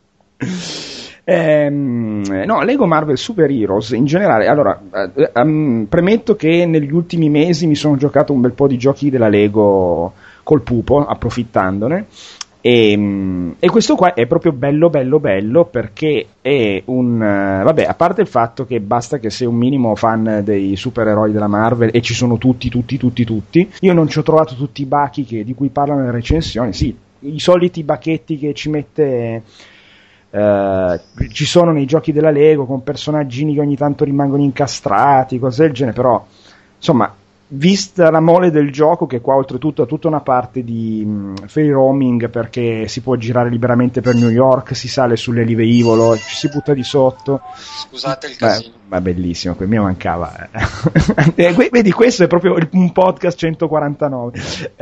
Ehm, no, Lego Marvel Super Heroes in generale. Allora, eh, ehm, premetto che negli ultimi mesi mi sono giocato un bel po' di giochi della Lego col pupo, approfittandone. E, mm, e questo qua è proprio bello bello bello perché è un eh, vabbè, a parte il fatto che basta che sei un minimo fan dei supereroi della Marvel e ci sono tutti tutti tutti tutti, io non ci ho trovato tutti i bachi che, di cui parlano le recensioni. Sì, i soliti bacchetti che ci mette eh, ci sono nei giochi della Lego, con personaggini che ogni tanto rimangono incastrati, cose del genere, però insomma, vista la mole del gioco, che qua oltretutto ha tutta una parte di mh, free roaming, perché si può girare liberamente per New York, si sale sull'eliveivolo, ci si butta di sotto. Scusate il Beh, casino. ma bellissimo, per me mancava. Eh, vedi, questo è proprio un podcast centoquarantanove.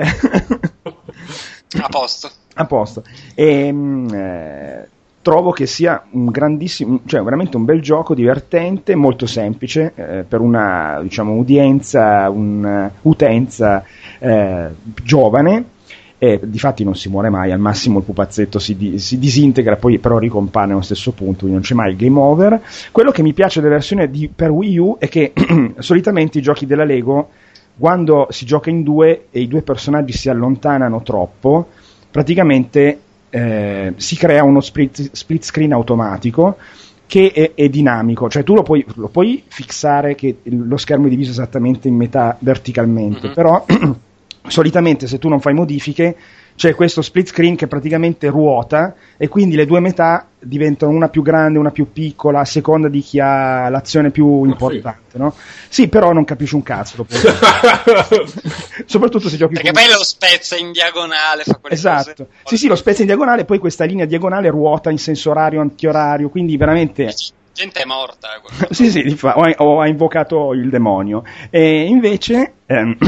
A posto. A posto. E, mh, eh, trovo che sia un grandissimo, cioè veramente un bel gioco, divertente, molto semplice, eh, per una, diciamo, udienza, un'utenza eh, giovane. E difatti non si muore mai, al massimo il pupazzetto si, di, si disintegra, poi però ricompare nello stesso punto, quindi non c'è mai il game over. Quello che mi piace della versione di, per Wii U è che solitamente i giochi della Lego, quando si gioca in due e i due personaggi si allontanano troppo, praticamente eh, si crea uno split, split screen automatico che è, è dinamico, cioè tu lo puoi, lo puoi fissare che lo schermo è diviso esattamente in metà verticalmente, mm-hmm. però solitamente se tu non fai modifiche c'è questo split screen che praticamente ruota e quindi le due metà diventano una più grande, una più piccola a seconda di chi ha l'azione più importante, no? Sì, però non capisci un cazzo dopo. Soprattutto se giochi perché con... poi lo spezza in diagonale, fa quelle esatto. cose. Sì, sì, lo spezza in diagonale, poi questa linea diagonale ruota in senso orario, antiorario, quindi veramente gente è morta. Eh, sì, sì, o ha, o ha invocato il demonio. E invece ehm,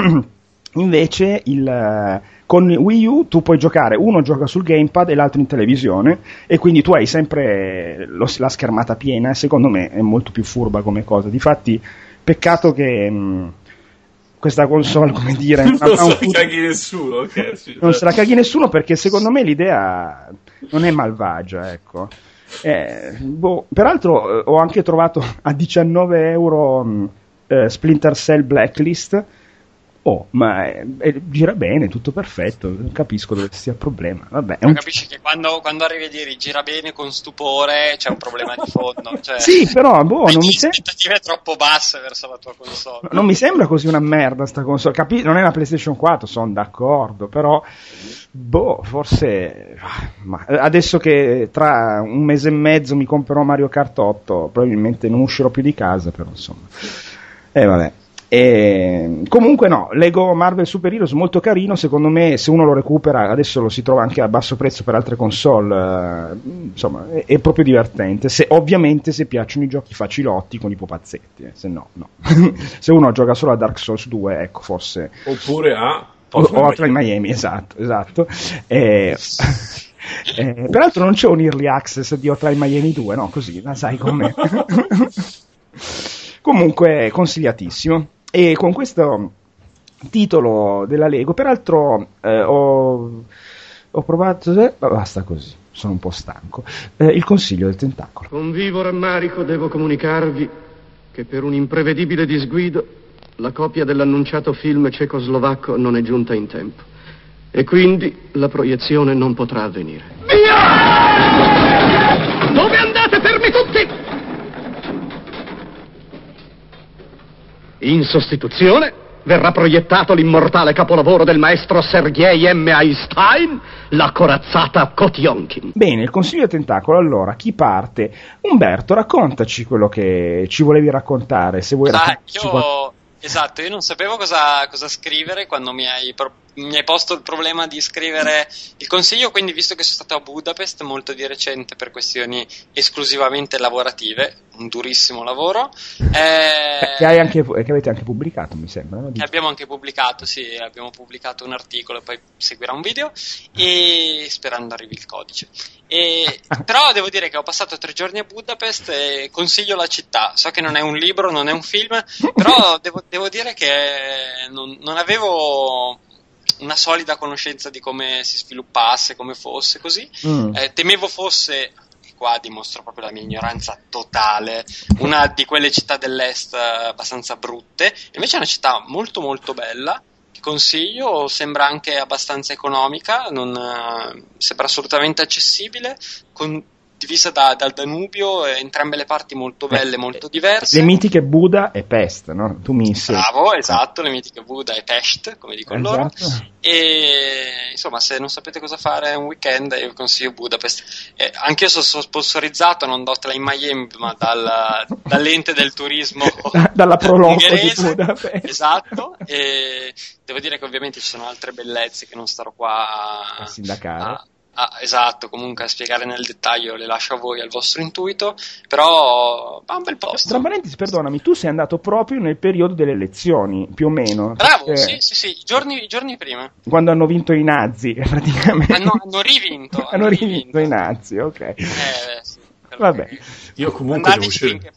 invece il con Wii U tu puoi giocare, uno gioca sul gamepad e l'altro in televisione, e quindi tu hai sempre lo, la schermata piena, e secondo me è molto più furba come cosa. Difatti peccato che mh, questa console, come dire, non ha, se un la fut- caghi nessuno, okay, sì, non se la caghi nessuno, perché secondo me l'idea non è malvagia, ecco. Eh, boh, peraltro eh, ho anche trovato a diciannove euro mh, eh, Splinter Cell Blacklist. Oh, ma è, è, gira bene, tutto perfetto, non capisco dove sia il problema. Vabbè, è ma un... capisci che quando, quando arrivi a dire gira bene con stupore c'è un problema di fondo, cioè, sì, però boh, non mi sembra aspettative troppo basse verso la tua console. Non mi sembra così una merda sta console. Capi- non è una PlayStation quattro, sono d'accordo, però boh, forse ma adesso che tra un mese e mezzo mi comprerò Mario Kart otto, probabilmente non uscirò più di casa, però insomma. Eh vabbè. E comunque no, Lego Marvel Super Heroes molto carino, secondo me se uno lo recupera, adesso lo si trova anche a basso prezzo per altre console, eh, insomma è, è proprio divertente, se, ovviamente se piacciono i giochi facilotti con i pupazzetti, eh, se no no. Se uno gioca solo a Dark Souls due, ecco, forse, oppure a Hotline Miami. Miami, esatto, esatto. E... Eh, peraltro non c'è un early access di Hotline Miami due, no? Così, la sai com'è. Comunque consigliatissimo. E con questo titolo della Lego, peraltro eh, ho, ho provato, eh, basta così, sono un po' stanco, eh, il consiglio del tentacolo. Con vivo rammarico devo comunicarvi che per un imprevedibile disguido la copia dell'annunciato film cecoslovacco non è giunta in tempo e quindi la proiezione non potrà avvenire. Via! Dove andate, fermi tutti? In sostituzione verrà proiettato l'immortale capolavoro del maestro Sergei M. Einstein, La corazzata Kotionkin. Bene, il consiglio del tentacolo, allora, chi parte? Umberto, raccontaci quello che ci volevi raccontare, se vuoi ah, raccontarci io... qual- Esatto, io non sapevo cosa, cosa scrivere quando mi hai, pro- mi hai posto il problema di scrivere il consiglio, quindi visto che sono stato a Budapest molto di recente per questioni esclusivamente lavorative, un durissimo lavoro, eh, che, hai anche, che avete anche pubblicato, mi sembra, no? Che abbiamo anche pubblicato, sì, abbiamo pubblicato un articolo e poi seguirà un video, e sperando arrivi il codice. E, però devo dire che ho passato tre giorni a Budapest e consiglio la città. So che non è un libro, non è un film, però devo, devo dire che non, non avevo una solida conoscenza di come si sviluppasse, come fosse così. Mm. Eh, temevo fosse, e qua dimostro proprio la mia ignoranza totale, una di quelle città dell'est abbastanza brutte. Invece è una città molto molto bella, consiglio, sembra anche abbastanza economica, non, uh, sembra assolutamente accessibile, con, divisa da, dal Danubio, eh, entrambe le parti molto belle, eh, molto diverse. Le mitiche Buda e Pest, no? Tu mi sei... Bravo, esatto, le mitiche Buda e Pest, come dicono esatto. loro. E insomma, se non sapete cosa fare un weekend, io vi consiglio Budapest. Eh, anche io sono sponsorizzato non da Hotline Miami, ma dal, dall'ente del turismo dalla Proloco di Budapest. Esatto. E devo dire che ovviamente ci sono altre bellezze che non starò qua a, a sindacare. A, Ah, esatto, comunque a spiegare nel dettaglio le lascio a voi, al vostro intuito, però è un bel posto. Tra parentesi, perdonami, tu sei andato proprio nel periodo delle elezioni, più o meno. Bravo, sì, sì, sì, i giorni, i giorni prima. Quando hanno vinto i nazi, praticamente. Hanno, hanno rivinto. hanno, hanno rivinto, rivinto i nazi, ok. Eh, sì, vabbè. Io comunque devo uscire...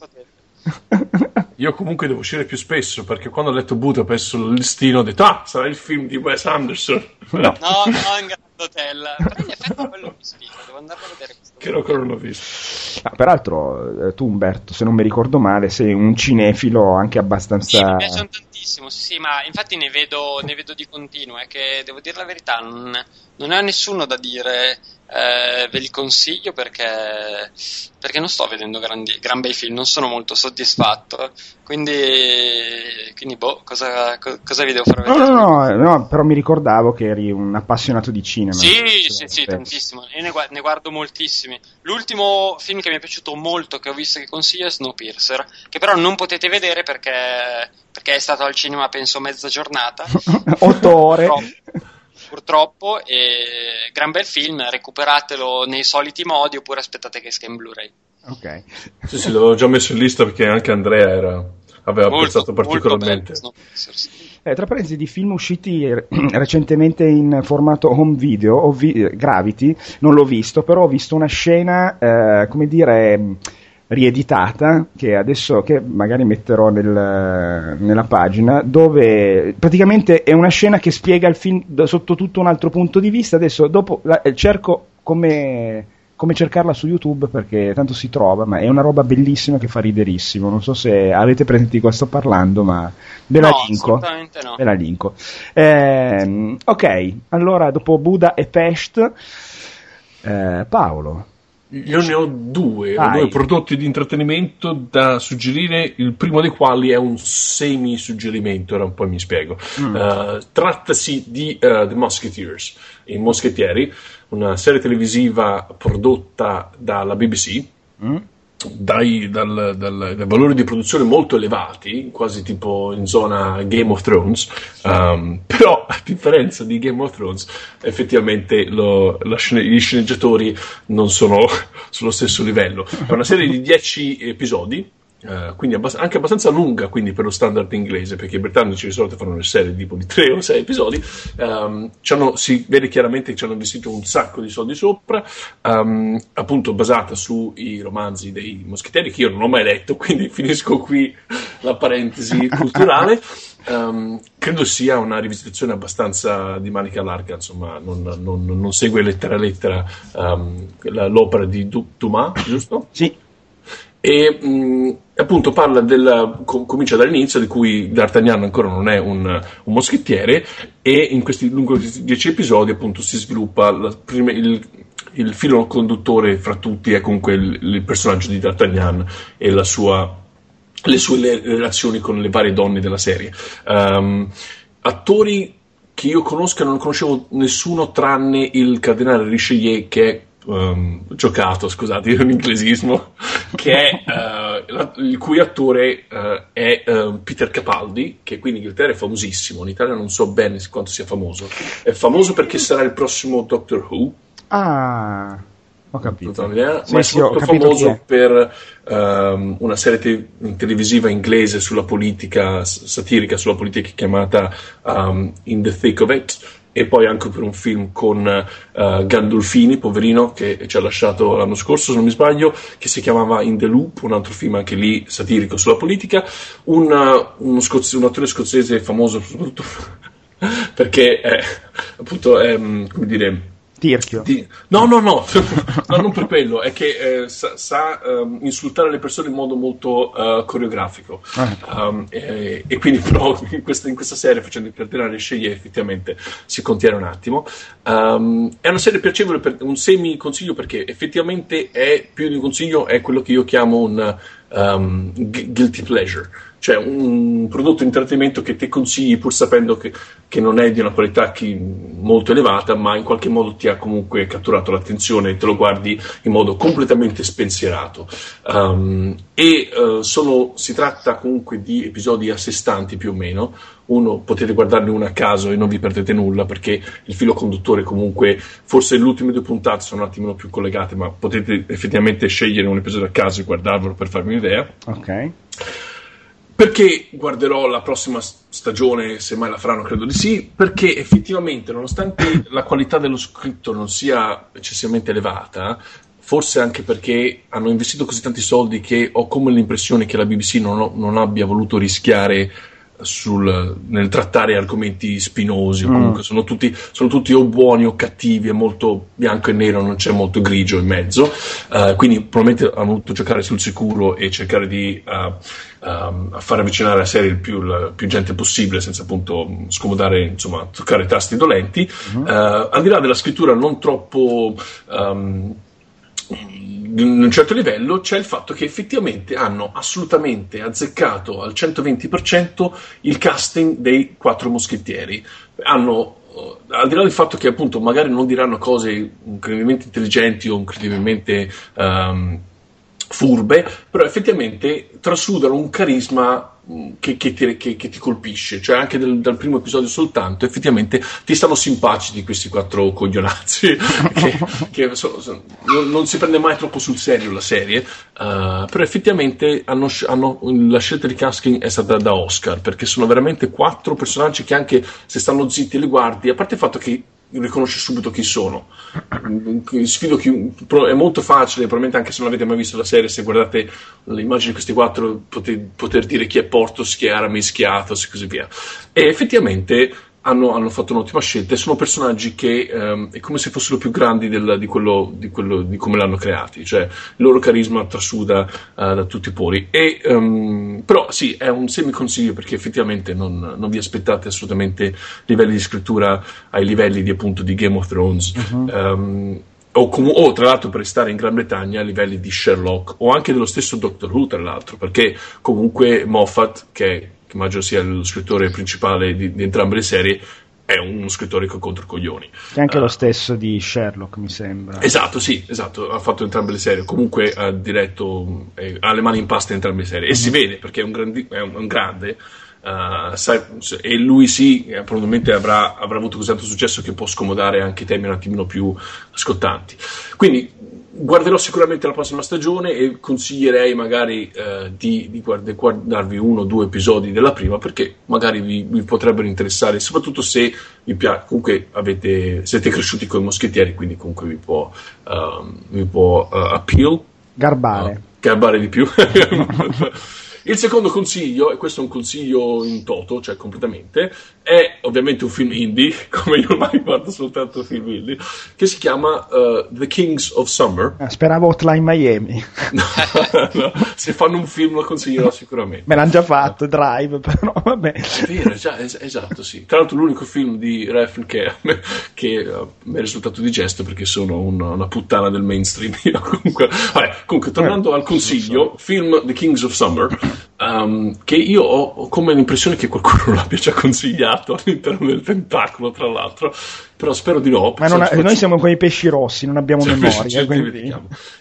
Io comunque devo uscire più spesso, perché quando ho letto Budapest sul listino ho detto ah, sarà il film di Wes Anderson. No, no, no, in Grand Hotel. Però in effetti quello mi spiega, devo andare a vedere questo. Che ancora non l'ho visto. Ah, peraltro eh, tu Umberto, se non mi ricordo male, sei un cinefilo anche abbastanza... Sì, mi piacciono tantissimo, sì, sì, ma infatti ne vedo, ne vedo di continuo, è che devo dire la verità, non, non ne ho nessuno da dire, eh, ve li consiglio perché, perché non sto vedendo grandi, gran bei film, non sono molto soddisfatto, quindi, quindi boh, cosa, cosa vi devo fare vedere? No, no, no, no, però mi ricordavo che eri un appassionato di cinema. Sì, sì, sì, tantissimo, io ne, ne guardo moltissimi. L'ultimo film che mi è piaciuto molto, che ho visto che consiglio, è Snowpiercer, che però non potete vedere perché, perché è stato al cinema penso mezza giornata. Otto ore. Purtroppo, purtroppo, e gran bel film, recuperatelo nei soliti modi oppure aspettate che esca in Blu-ray. Ok. Sì, sì, l'avevo già messo in lista perché anche Andrea era, aveva molto, apprezzato particolarmente. Molto bello, Eh, tra parentesi, di film usciti eh, recentemente in formato home video, ho vi- Gravity, non l'ho visto, però ho visto una scena, eh, come dire, rieditata, che adesso che magari metterò nel, nella pagina, dove praticamente è una scena che spiega il film da, sotto tutto un altro punto di vista. Adesso dopo la, eh, cerco come... come cercarla su YouTube perché tanto si trova, ma è una roba bellissima che fa riderissimo. Non so se avete presente di cosa sto parlando, ma ve la no, linko. Assolutamente no. Ve la linko. Eh, ok, allora dopo Buda e Pest, eh, Paolo. Io ne ho due, ho due prodotti di intrattenimento da suggerire, il primo dei quali è un semi-suggerimento, ora un po' mi spiego. Mm. Uh, trattasi di uh, The Musketeers, i Moschettieri, una serie televisiva prodotta dalla B B C, mm. dai, dal, dal, dai valori di produzione molto elevati, quasi tipo in zona Game of Thrones, um, però a differenza di Game of Thrones effettivamente lo, la scene, gli sceneggiatori non sono sullo stesso livello. È una serie di dieci episodi, Uh, quindi abbast- anche abbastanza lunga, quindi per lo standard inglese, perché i britannici di solito fanno le serie tipo di tre o sei episodi. Um, c'hanno, si vede chiaramente che ci hanno investito un sacco di soldi sopra, um, appunto basata sui romanzi dei moschettieri, che io non ho mai letto, quindi finisco qui la parentesi culturale. Um, credo sia una rivisitazione abbastanza di manica larga, insomma non, non, non segue lettera a lettera um, la, l'opera di du- Dumas, giusto? Sì. E mh, appunto parla del com- comincia dall'inizio, di cui D'Artagnan ancora non è un, un moschettiere, e in questi lungo dieci episodi appunto si sviluppa la, prima, il, il filo conduttore fra tutti è comunque il, il personaggio di D'Artagnan e la sua, le sue le, relazioni con le varie donne della serie. Um, attori che io conosco, non conoscevo nessuno tranne il cardinale Richelieu, che è Um, giocato, scusate, un inglesismo, che è uh, la, il cui attore uh, è uh, Peter Capaldi, che qui in Inghilterra è famosissimo, in Italia non so bene quanto sia famoso. È famoso perché sarà il prossimo Doctor Who. Ah, ho capito. Idea, sì, ma è sì, ho molto capito famoso per um, una serie te- televisiva inglese sulla politica, satirica sulla politica, chiamata um, In the Thick of It, e poi anche per un film con uh, Gandolfini, poverino, che ci ha lasciato l'anno scorso se non mi sbaglio, che si chiamava In the Loop, un altro film anche lì satirico sulla politica. un, uh, uno scoz- un attore scozzese famoso soprattutto perché è appunto è, come dire, Tirchio. Di... No, no, no, no, non per quello, è che eh, sa, sa um, insultare le persone in modo molto uh, coreografico. Ah. Um, e, e quindi però in questa, in questa serie, facendo il cardinale Richelieu, effettivamente si contiene un attimo. Um, è una serie piacevole, per, un semi consiglio, perché effettivamente è più di un consiglio, è quello che io chiamo un um, guilty pleasure, cioè un prodotto di intrattenimento che ti consigli pur sapendo che, che non è di una qualità chi, molto elevata, ma in qualche modo ti ha comunque catturato l'attenzione e te lo guardi in modo completamente spensierato. Um, e uh, sono, si tratta comunque di episodi a sé stanti più o meno. Uno, potete guardarne uno a caso e non vi perdete nulla, perché il filo conduttore comunque, forse le ultime due puntate sono un attimino più collegate, ma potete effettivamente scegliere un episodio a caso e guardarvelo per farvi un'idea. Ok. Perché guarderò la prossima stagione, se mai la faranno, credo di sì, perché effettivamente, nonostante la qualità dello scritto non sia eccessivamente elevata, forse anche perché hanno investito così tanti soldi che ho come l'impressione che la B B C non, ho, non abbia voluto rischiare sul, nel trattare argomenti spinosi, o comunque mm. sono tutti, sono tutti o buoni o cattivi, è molto bianco e nero, non c'è molto grigio in mezzo, uh, quindi probabilmente hanno voluto giocare sul sicuro e cercare di uh, uh, far avvicinare la serie il più, il più gente possibile, senza appunto scomodare, insomma, toccare tasti dolenti. Mm. Uh, al di là della scrittura non troppo um, di un certo livello, c'è il fatto che effettivamente hanno assolutamente azzeccato al centoventi per cento il casting dei quattro moschettieri. Hanno, al di là del fatto che appunto magari non diranno cose incredibilmente intelligenti o incredibilmente um, furbe, però effettivamente trasudano un carisma che, che, ti, che, che ti colpisce, cioè anche del, dal primo episodio soltanto effettivamente ti stanno simpatici questi quattro coglionazzi che, che so, so, non, non si prende mai troppo sul serio la serie, uh, però effettivamente hanno, hanno, la scelta di casting è stata da Oscar, perché sono veramente quattro personaggi che anche se stanno zitti li guardi, a parte il fatto che riconosci subito chi sono. Sfido chi, è molto facile, probabilmente anche se non avete mai visto la serie, se guardate le immagini di questi quattro poter, poter dire chi è Porthos, chi è Aramis, chi è Athos e così via. E effettivamente hanno, hanno fatto un'ottima scelta e sono personaggi che um, è come se fossero più grandi del, di, quello, di, quello, di come l'hanno creati, cioè il loro carisma trasuda uh, da tutti i pori. E, um, però sì, è un semi-consiglio, perché effettivamente non, non vi aspettate assolutamente livelli di scrittura ai livelli di, appunto, di Game of Thrones, uh-huh. um, o, com- o tra l'altro, per stare in Gran Bretagna, a livelli di Sherlock o anche dello stesso Doctor Who, tra l'altro, perché comunque Moffat, che è che immagino sia lo scrittore principale di, di entrambe le serie, è uno scrittore che contro coglioni. Che è anche uh, lo stesso di Sherlock, mi sembra. Esatto, sì, esatto, ha fatto entrambe le serie, comunque ha diretto, eh, ha le mani in pasta in entrambe le serie, mm-hmm. e si vede perché è un, grandi, è un, un grande, uh, sai, e lui sì, eh, probabilmente avrà, avrà avuto così tanto successo che può scomodare anche temi un attimino più scottanti. Quindi guarderò sicuramente la prossima stagione e consiglierei magari eh, di, di guard- guardarvi uno o due episodi della prima, perché magari vi, vi potrebbero interessare, soprattutto se vi piace, comunque avete, siete cresciuti con i moschettieri, quindi comunque vi può, uh, vi può uh, appeal, garbare. Uh, garbare di più. Il secondo consiglio, e questo è un consiglio in toto, cioè completamente, è ovviamente un film indie, come io ormai guardo soltanto film indie, che si chiama uh, The Kings of Summer. Ah, speravo Hotline Miami. No, no, se fanno un film lo consiglierò sicuramente. Me l'hanno già fatto, Drive, però vabbè. È vero, già, es- esatto, sì. Tra l'altro l'unico film di Refn che, che uh, mi è risultato digesto, perché sono una, una puttana del mainstream. Io comunque, vabbè, comunque, tornando eh, al consiglio, film The Kings of Summer, Um, che io ho, ho come l'impressione che qualcuno l'abbia già consigliato all'interno del tentacolo, tra l'altro, però spero di no. Ma non ha, noi siamo quei pesci rossi, non abbiamo cioè, memoria. Quindi...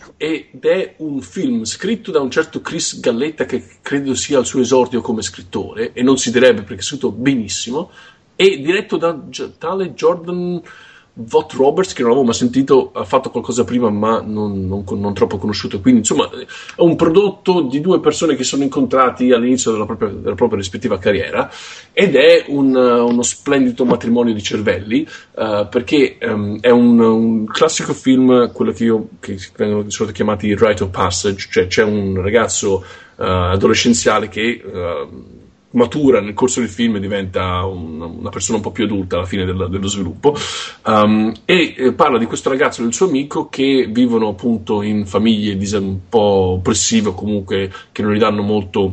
Ed è un film scritto da un certo Chris Galletta, che credo sia il suo esordio come scrittore, e non si direbbe perché è scritto benissimo, e diretto da tale Jordan Vogt Roberts, che non avevo mai sentito, ha fatto qualcosa prima ma non, non, non troppo conosciuto, quindi insomma è un prodotto di due persone che sono incontrati all'inizio della propria, della propria rispettiva carriera, ed è un, uno splendido matrimonio di cervelli, uh, perché um, è un, un classico film, quello che io che vengono di solito chiamati rite of passage, cioè c'è un ragazzo uh, adolescenziale che uh, matura nel corso del film e diventa una, una persona un po' più adulta alla fine del, dello sviluppo, um, e eh, parla di questo ragazzo e del suo amico che vivono appunto in famiglie dis- un po' oppressive, o comunque che non gli danno molto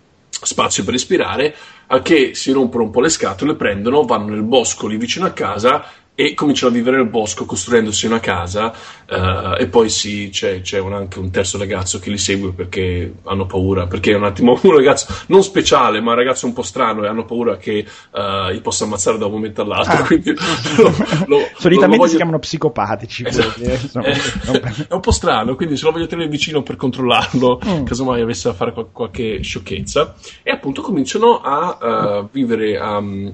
spazio per respirare, a che si rompono un po' le scatole, prendono, vanno nel bosco lì vicino a casa e cominciano a vivere nel bosco costruendosi una casa, uh, e poi sì, c'è, c'è un, anche un terzo ragazzo che li segue perché hanno paura, perché è un attimo un ragazzo non speciale ma un ragazzo un po' strano, e hanno paura che uh, gli possa ammazzare da un momento all'altro. Ah. Quindi, lo, lo, solitamente lo voglio... si chiamano psicopatici. Esatto. Quindi, insomma, è, è un po' strano, quindi se lo voglio tenere vicino per controllarlo, mm. casomai avesse a fare qual- qualche sciocchezza, e appunto cominciano a uh, vivere a,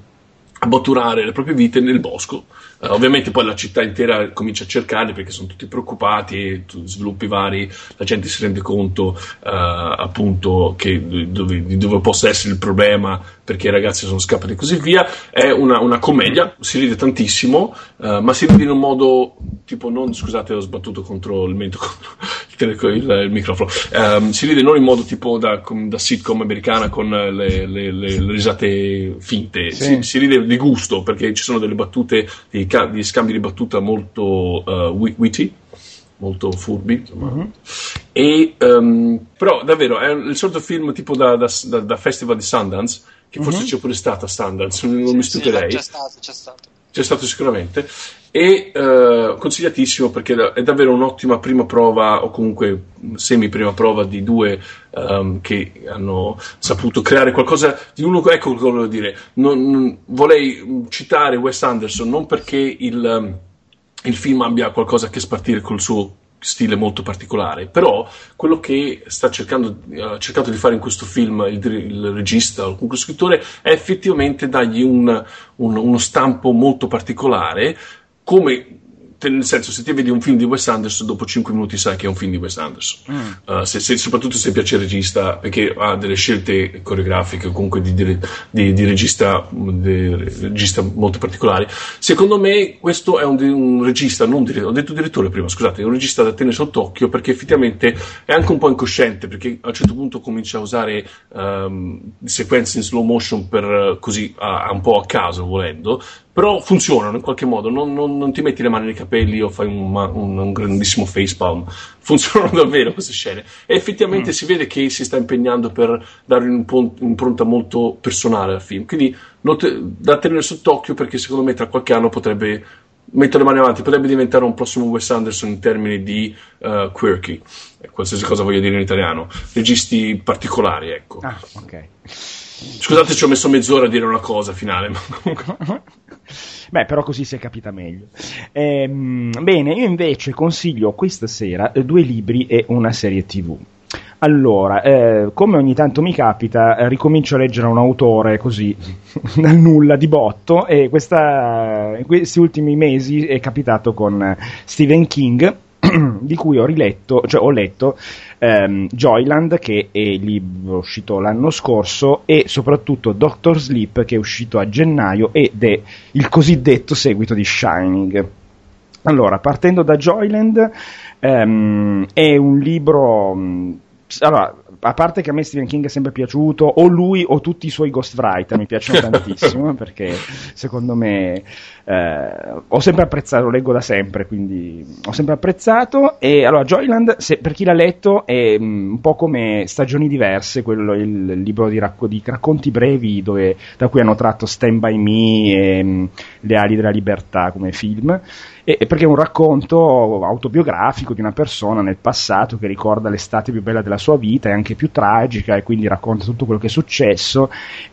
a maturare le proprie vite nel bosco. Uh, ovviamente poi la città intera comincia a cercarli perché sono tutti preoccupati, tu sviluppi vari, la gente si rende conto uh, appunto che dove, di dove possa essere il problema, perché i ragazzi sono scappati e così via. È una, una commedia, si ride tantissimo, uh, ma si ride in un modo tipo non, scusate, ho sbattuto contro il mento, contro il, il, il microfono, um, si ride non in modo tipo da, da sitcom americana con le, le, le, le risate finte, sì. si, si ride di gusto perché ci sono delle battute di di scambi di battuta molto uh, witty, molto furbi, insomma. Mm-hmm. E um, però davvero è il solito film tipo da, da, da festival di Sundance, che forse mm-hmm. c'è pure stato a Sundance, non sì, mi stupirei. Sì, c'è stato, c'è stato. C'è stato sicuramente, e uh, consigliatissimo perché è davvero un'ottima prima prova, o comunque semi prima prova di due um, che hanno saputo creare qualcosa di uno. Ecco cosa volevo dire, non, non, vorrei citare Wes Anderson non perché il, um, il film abbia qualcosa a che spartire col suo stile molto particolare, però quello che sta cercando uh, cercato di fare in questo film il, il regista o comunque lo scrittore è effettivamente dargli un, un, uno stampo molto particolare, come nel senso, se ti vedi un film di Wes Anderson dopo cinque minuti sai che è un film di Wes Anderson. mm. uh, se, se, soprattutto se piace il regista, perché ha delle scelte coreografiche o comunque di, di, di, di, regista, di regista molto particolari. Secondo me questo è un, un regista, non direttore, ho detto direttore prima, scusate, è un regista da tenere sott'occhio, perché effettivamente è anche un po' incosciente, perché a un certo punto comincia a usare um, sequenze in slow motion per così a, a un po' a caso, volendo, però funzionano in qualche modo, non, non, non ti metti le mani nei capelli o fai un, un, un grandissimo facepalm, funzionano davvero queste scene, e effettivamente mm. si vede che si sta impegnando per dare un'impronta molto personale al film, quindi te, da tenere sott'occhio, perché secondo me tra qualche anno potrebbe mettere le mani avanti, potrebbe diventare un prossimo Wes Anderson in termini di uh, quirky, qualsiasi cosa voglio dire in italiano, registi particolari, ecco. Ah, ok. Scusate, ci ho messo mezz'ora a dire una cosa finale, ma comunque Beh, però così si è capita meglio. Ehm, bene, io invece consiglio questa sera due libri e una serie tivù. Allora, eh, come ogni tanto mi capita, eh, ricomincio a leggere un autore così, dal nulla, di botto, e questa, in questi ultimi mesi è capitato con Stephen King, di cui ho riletto, cioè ho letto ehm, Joyland, che è il libro uscito l'anno scorso, e soprattutto Doctor Sleep, che è uscito a gennaio ed è il cosiddetto seguito di Shining. Allora, partendo da Joyland, ehm, è un libro... Allora, a parte che a me Stephen King è sempre piaciuto, o lui o tutti i suoi ghostwriter mi piacciono tantissimo, perché secondo me eh, ho sempre apprezzato, lo leggo da sempre, quindi ho sempre apprezzato. E allora Joyland, se, per chi l'ha letto, è um, un po' come Stagioni diverse, quello il, il libro di, racco- di racconti brevi dove, da cui hanno tratto Stand By Me e um, Le ali della libertà come film. E, perché è un racconto autobiografico di una persona nel passato che ricorda l'estate più bella della sua vita e anche più tragica, e quindi racconta tutto quello che è successo,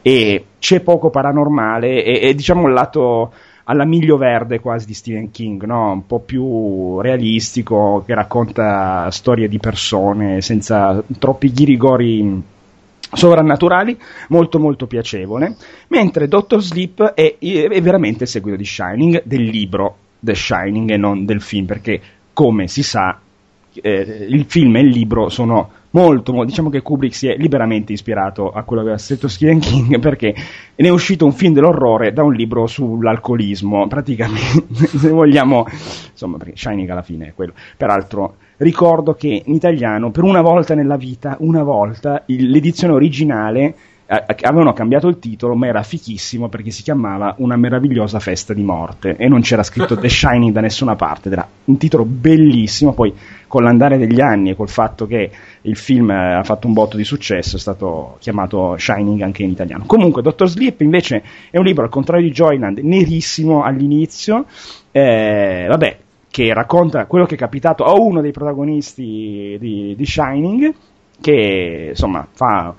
e c'è poco paranormale, e, e diciamo il lato alla miglio verde quasi di Stephen King, no? Un po' più realistico, che racconta storie di persone senza troppi ghirigori sovrannaturali, molto molto piacevole. Mentre Doctor Sleep è, è veramente il seguito di Shining, del libro The Shining e non del film, perché come si sa eh, il film e il libro sono molto, molto, diciamo che Kubrick si è liberamente ispirato a quello che aveva scritto Stephen King, perché ne è uscito un film dell'orrore da un libro sull'alcolismo, praticamente, se vogliamo, insomma, perché Shining alla fine è quello. Peraltro ricordo che in italiano, per una volta nella vita, una volta il, l'edizione originale avevano cambiato il titolo, ma era fichissimo perché si chiamava Una meravigliosa festa di morte e non c'era scritto The Shining da nessuna parte, ed era un titolo bellissimo. Poi con l'andare degli anni e col fatto che il film ha fatto un botto di successo è stato chiamato Shining anche in italiano. Comunque Doctor Sleep invece è un libro, al contrario di Joyland, nerissimo all'inizio, eh, vabbè, che racconta quello che è capitato a uno dei protagonisti di, di Shining, che insomma fa...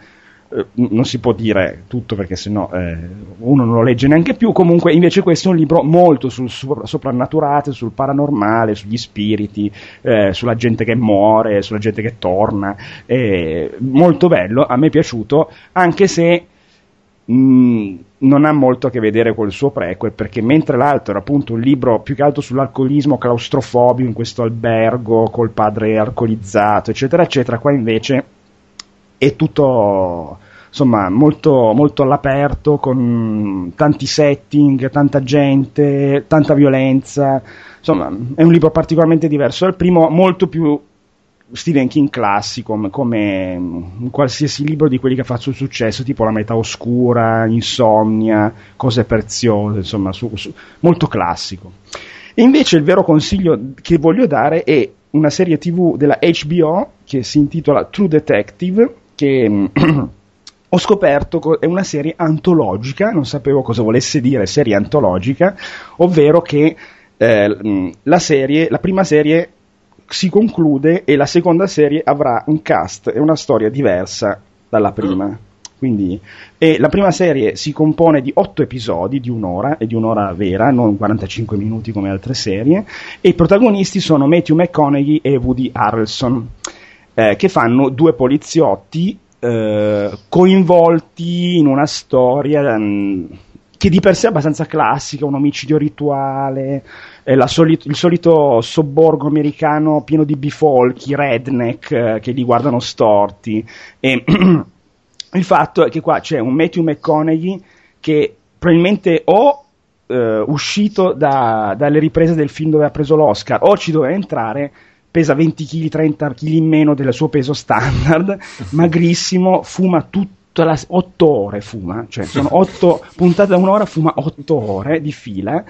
non si può dire tutto perché sennò eh, uno non lo legge neanche più. Comunque invece questo è un libro molto sul soprannaturale, sul paranormale, sugli spiriti, eh, sulla gente che muore, sulla gente che torna, eh, molto bello, a me è piaciuto, anche se mh, non ha molto a che vedere col suo prequel, perché mentre l'altro era appunto un libro più che altro sull'alcolismo claustrofobico in questo albergo col padre alcolizzato eccetera eccetera, qua invece è tutto insomma molto, molto all'aperto, con tanti setting, tanta gente, tanta violenza. Insomma è un libro particolarmente diverso dal primo, molto più Stephen King classico, come un qualsiasi libro di quelli che fa sul successo, tipo La metà oscura, Insomnia, Cose preziose, insomma su, su, molto classico. E invece il vero consiglio che voglio dare è una serie tivù della H B O che si intitola True Detective, che ho scoperto è una serie antologica, non sapevo cosa volesse dire serie antologica, ovvero che eh, la serie, la prima serie si conclude e la seconda serie avrà un cast e una storia diversa dalla prima. Quindi, e la prima serie si compone di otto episodi di un'ora, e di un'ora vera, non quarantacinque minuti come altre serie, e i protagonisti sono Matthew McConaughey e Woody Harrelson, eh, che fanno due poliziotti eh, coinvolti in una storia mh, che di per sé è abbastanza classica, un omicidio rituale, eh, la soli- il solito sobborgo americano pieno di bifolchi, redneck, eh, che li guardano storti, e il fatto è che qua c'è un Matthew McConaughey che probabilmente o eh, uscito da, dalle riprese del film dove ha preso l'Oscar, o ci doveva entrare, pesa venti chili, trenta chili in meno del suo peso standard, magrissimo, fuma tutta la, otto ore fuma, cioè sono otto puntate da un'ora, fuma otto ore di fila,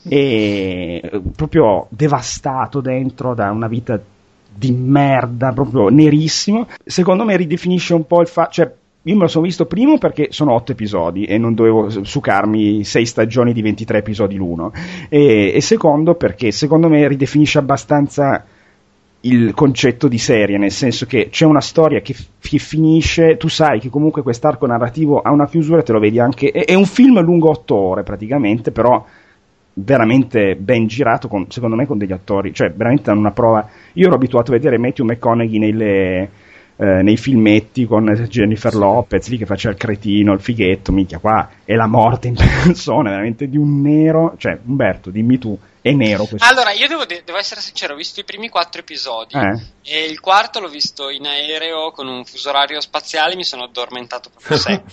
e proprio devastato dentro da una vita di merda, proprio nerissimo. Secondo me ridefinisce un po' il fatto, cioè io me lo sono visto primo perché sono otto episodi e non dovevo succarmi sei stagioni di ventitré episodi l'uno, e, e secondo perché secondo me ridefinisce abbastanza il concetto di serie, nel senso che c'è una storia che, f- che finisce, tu sai che comunque quest'arco narrativo ha una chiusura, te lo vedi anche, è, è un film lungo otto ore praticamente, però veramente ben girato, con, secondo me con degli attori, cioè veramente hanno una prova. Io ero abituato a vedere Matthew McConaughey nelle, eh, nei filmetti con Jennifer Lopez lì che faceva il cretino, il fighetto, minchia, qua è la morte in persona, veramente di un nero, cioè Umberto dimmi tu, è nero questo. Allora io devo, de- devo essere sincero, ho visto i primi quattro episodi eh? e il quarto l'ho visto in aereo con un fuso orario spaziale, mi sono addormentato proprio secco.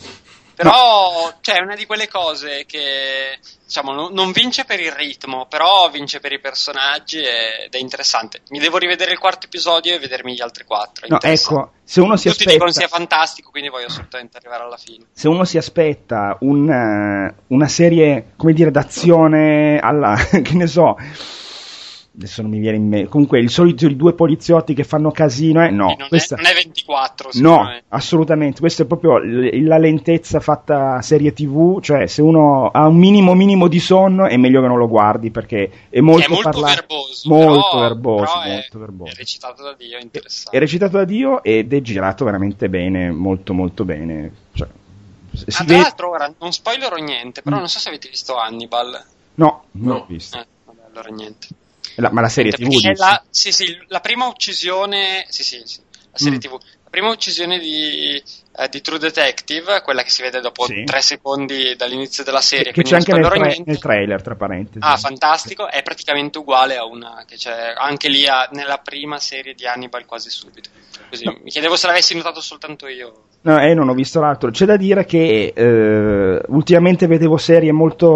Però cioè, è una di quelle cose che diciamo non, non vince per il ritmo, però vince per i personaggi ed è interessante. Mi devo rivedere il quarto episodio e vedermi gli altri quattro. No, ecco, se uno si Tutti aspetta, dicono sia fantastico, quindi voglio assolutamente arrivare alla fine. Se uno si aspetta un, una serie, come dire, d'azione alla, che ne so, adesso non mi viene in mente, comunque il solito i due poliziotti che fanno casino, eh? no, non, questa, è, non è ventiquattro, no, assolutamente, questa è proprio l- la lentezza fatta serie tv, cioè se uno ha un minimo minimo di sonno è meglio che non lo guardi perché è molto, è molto parla- verboso, molto però, verboso, però è, molto verboso. È recitato da Dio, è interessante. È, è recitato da Dio ed è girato veramente bene, molto molto bene, cioè, si ah, tra vede... l'altro ora non spoilerò niente, però mm. non so se avete visto Hannibal. No, non no. l'ho visto. Eh, vabbè, allora niente. La, ma la serie tivù la, sì, sì, la prima uccisione sì, sì, sì, la serie mm. tivù la prima uccisione di, eh, di True Detective, quella che si vede dopo sì. tre secondi dall'inizio della serie, che c'è anche nel, tra- niente. nel trailer tra parentesi. Ah, fantastico, è praticamente uguale a una che c'è anche lì a, nella prima serie di Hannibal quasi subito. Così no. Mi chiedevo se l'avessi notato soltanto io. No, eh, non ho visto l'altro. C'è da dire che eh, ultimamente vedevo serie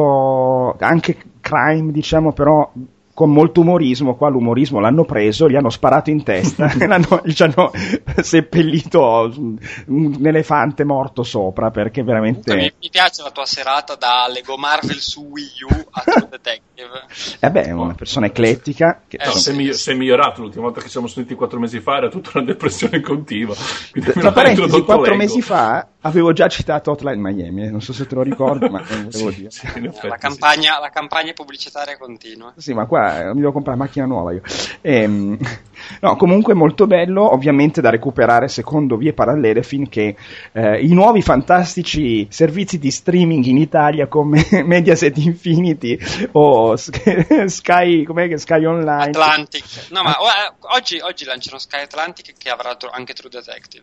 molto anche crime, diciamo, però con molto umorismo. Qua l'umorismo l'hanno preso, gli hanno sparato in testa e l'hanno, ci hanno seppellito un elefante morto sopra, perché veramente mi, mi piace la tua serata da Lego Marvel su Wii U a True Detective. Eh beh, è una persona eclettica che, eh, no, sei, miglio- sei migliorato. L'ultima volta che siamo sentiti quattro mesi fa era tutta una depressione continua. Tra parentesi, quattro mesi fa avevo già citato Hotline Miami, non so se te lo ricordi, ma non volevo dire. Sì, effetti, la, campagna, sì. la campagna pubblicitaria continua. Sì, ma qua mi devo comprare macchina nuova io. Ehm, no, comunque molto bello, ovviamente da recuperare secondo vie parallele finché eh, i nuovi fantastici servizi di streaming in Italia come Mediaset Infinity o Sky, com'è che Sky Online? Atlantic. No, ma oh, oggi, oggi lanciano Sky Atlantic che avrà anche True Detective.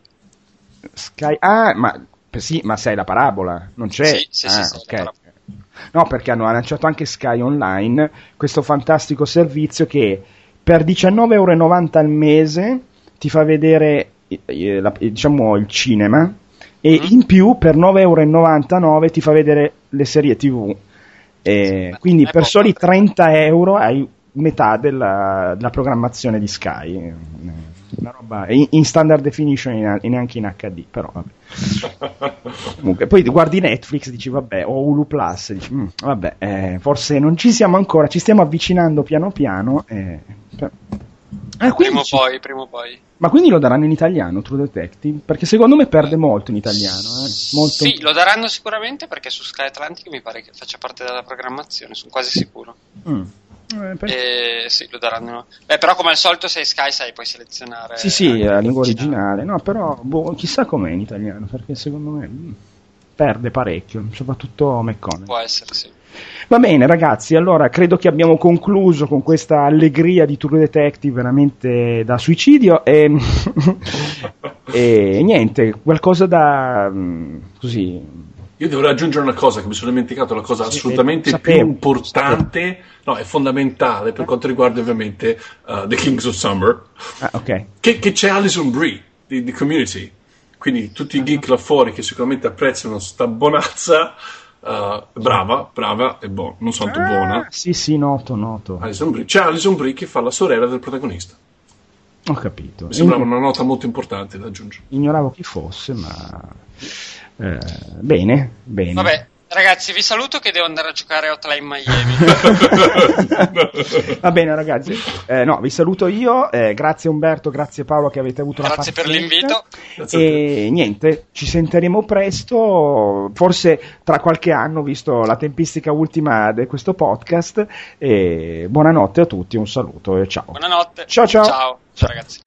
Sky, ah, ma sì, ma sai la parabola, non c'è? Sì, sì, ah, sì, okay. No, perché hanno lanciato anche Sky Online, questo fantastico servizio che per diciannove euro e novanta al mese ti fa vedere eh, la, diciamo il cinema e mm. in più per nove euro e novantanove ti fa vedere le serie tivù. Eh, sì, quindi per soli trenta euro hai metà della, della programmazione di Sky. Una roba in, in standard definition e neanche in acca di, però vabbè. Comunque poi guardi Netflix, dici vabbè, o Hulu Plus, dici mm, vabbè, eh, forse non ci siamo ancora, ci stiamo avvicinando piano piano. Eh, per... ah, prima o ci... poi, prima o poi. Ma quindi lo daranno in italiano True Detective? Perché secondo me perde molto in italiano. Eh? Molto... Sì, lo daranno sicuramente perché su Sky Atlantic mi pare che faccia parte della programmazione, sono quasi sicuro. Mm. Eh, per... eh, sì, lo daranno. Beh, però come al solito sei Sky sai puoi selezionare. Sì, sì, la lingua originale. No, però boh, chissà com'è in italiano, perché secondo me mh, perde parecchio, soprattutto McConaughey. Può essere, sì. Va bene ragazzi, allora credo che abbiamo concluso con questa allegria di True Detective veramente da suicidio e, e niente, qualcosa da così. Io devo aggiungere una cosa che mi sono dimenticato, la cosa sì, assolutamente sapevo, più importante, sapevo. no, è fondamentale per quanto riguarda ovviamente uh, The Kings of Summer, ah, okay. che, che c'è Alison Brie di, di Community, quindi tutti i geek là fuori che sicuramente apprezzano sta bonazza. Uh, brava, brava e buona, non soltanto ah, buona. Sì, sì, noto, noto. Alison Brie. C'è Alison Brie che fa la sorella del protagonista. Ho capito. Mi sembrava una nota molto importante da aggiungere. Ignoravo chi fosse, ma eh, bene, bene. Vabbè, ragazzi, vi saluto che devo andare a giocare a Hotline Miami. Va bene, ragazzi. Eh, no, vi saluto io. Eh, grazie Umberto, grazie Paolo che avete avuto grazie la pazienza. per l'invito. E niente, ci sentiremo presto, forse tra qualche anno, visto la tempistica ultima di questo podcast. E buonanotte a tutti, un saluto e ciao. Buonanotte. Ciao ciao. Ciao, ciao ragazzi.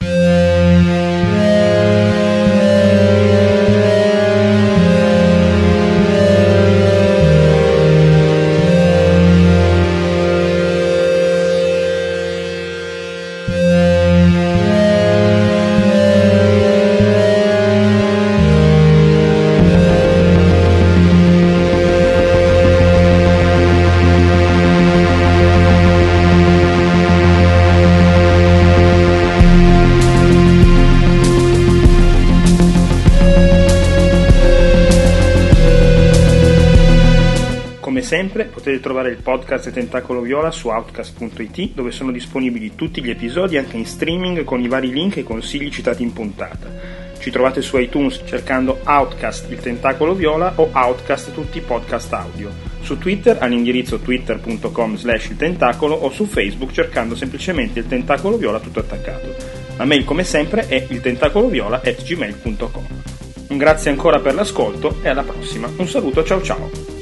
sempre potete trovare il podcast Tentacolo Viola su outcast punto it, dove sono disponibili tutti gli episodi anche in streaming con i vari link e consigli citati in puntata. Ci trovate su iTunes cercando Outcast il Tentacolo Viola o Outcast tutti i podcast audio. Su Twitter all'indirizzo twitter punto com slash il tentacolo o su Facebook cercando semplicemente il Tentacolo Viola tutto attaccato. La mail come sempre è il tentacoloviola at gmail punto com. Un grazie ancora per l'ascolto e alla prossima. Un saluto, ciao ciao.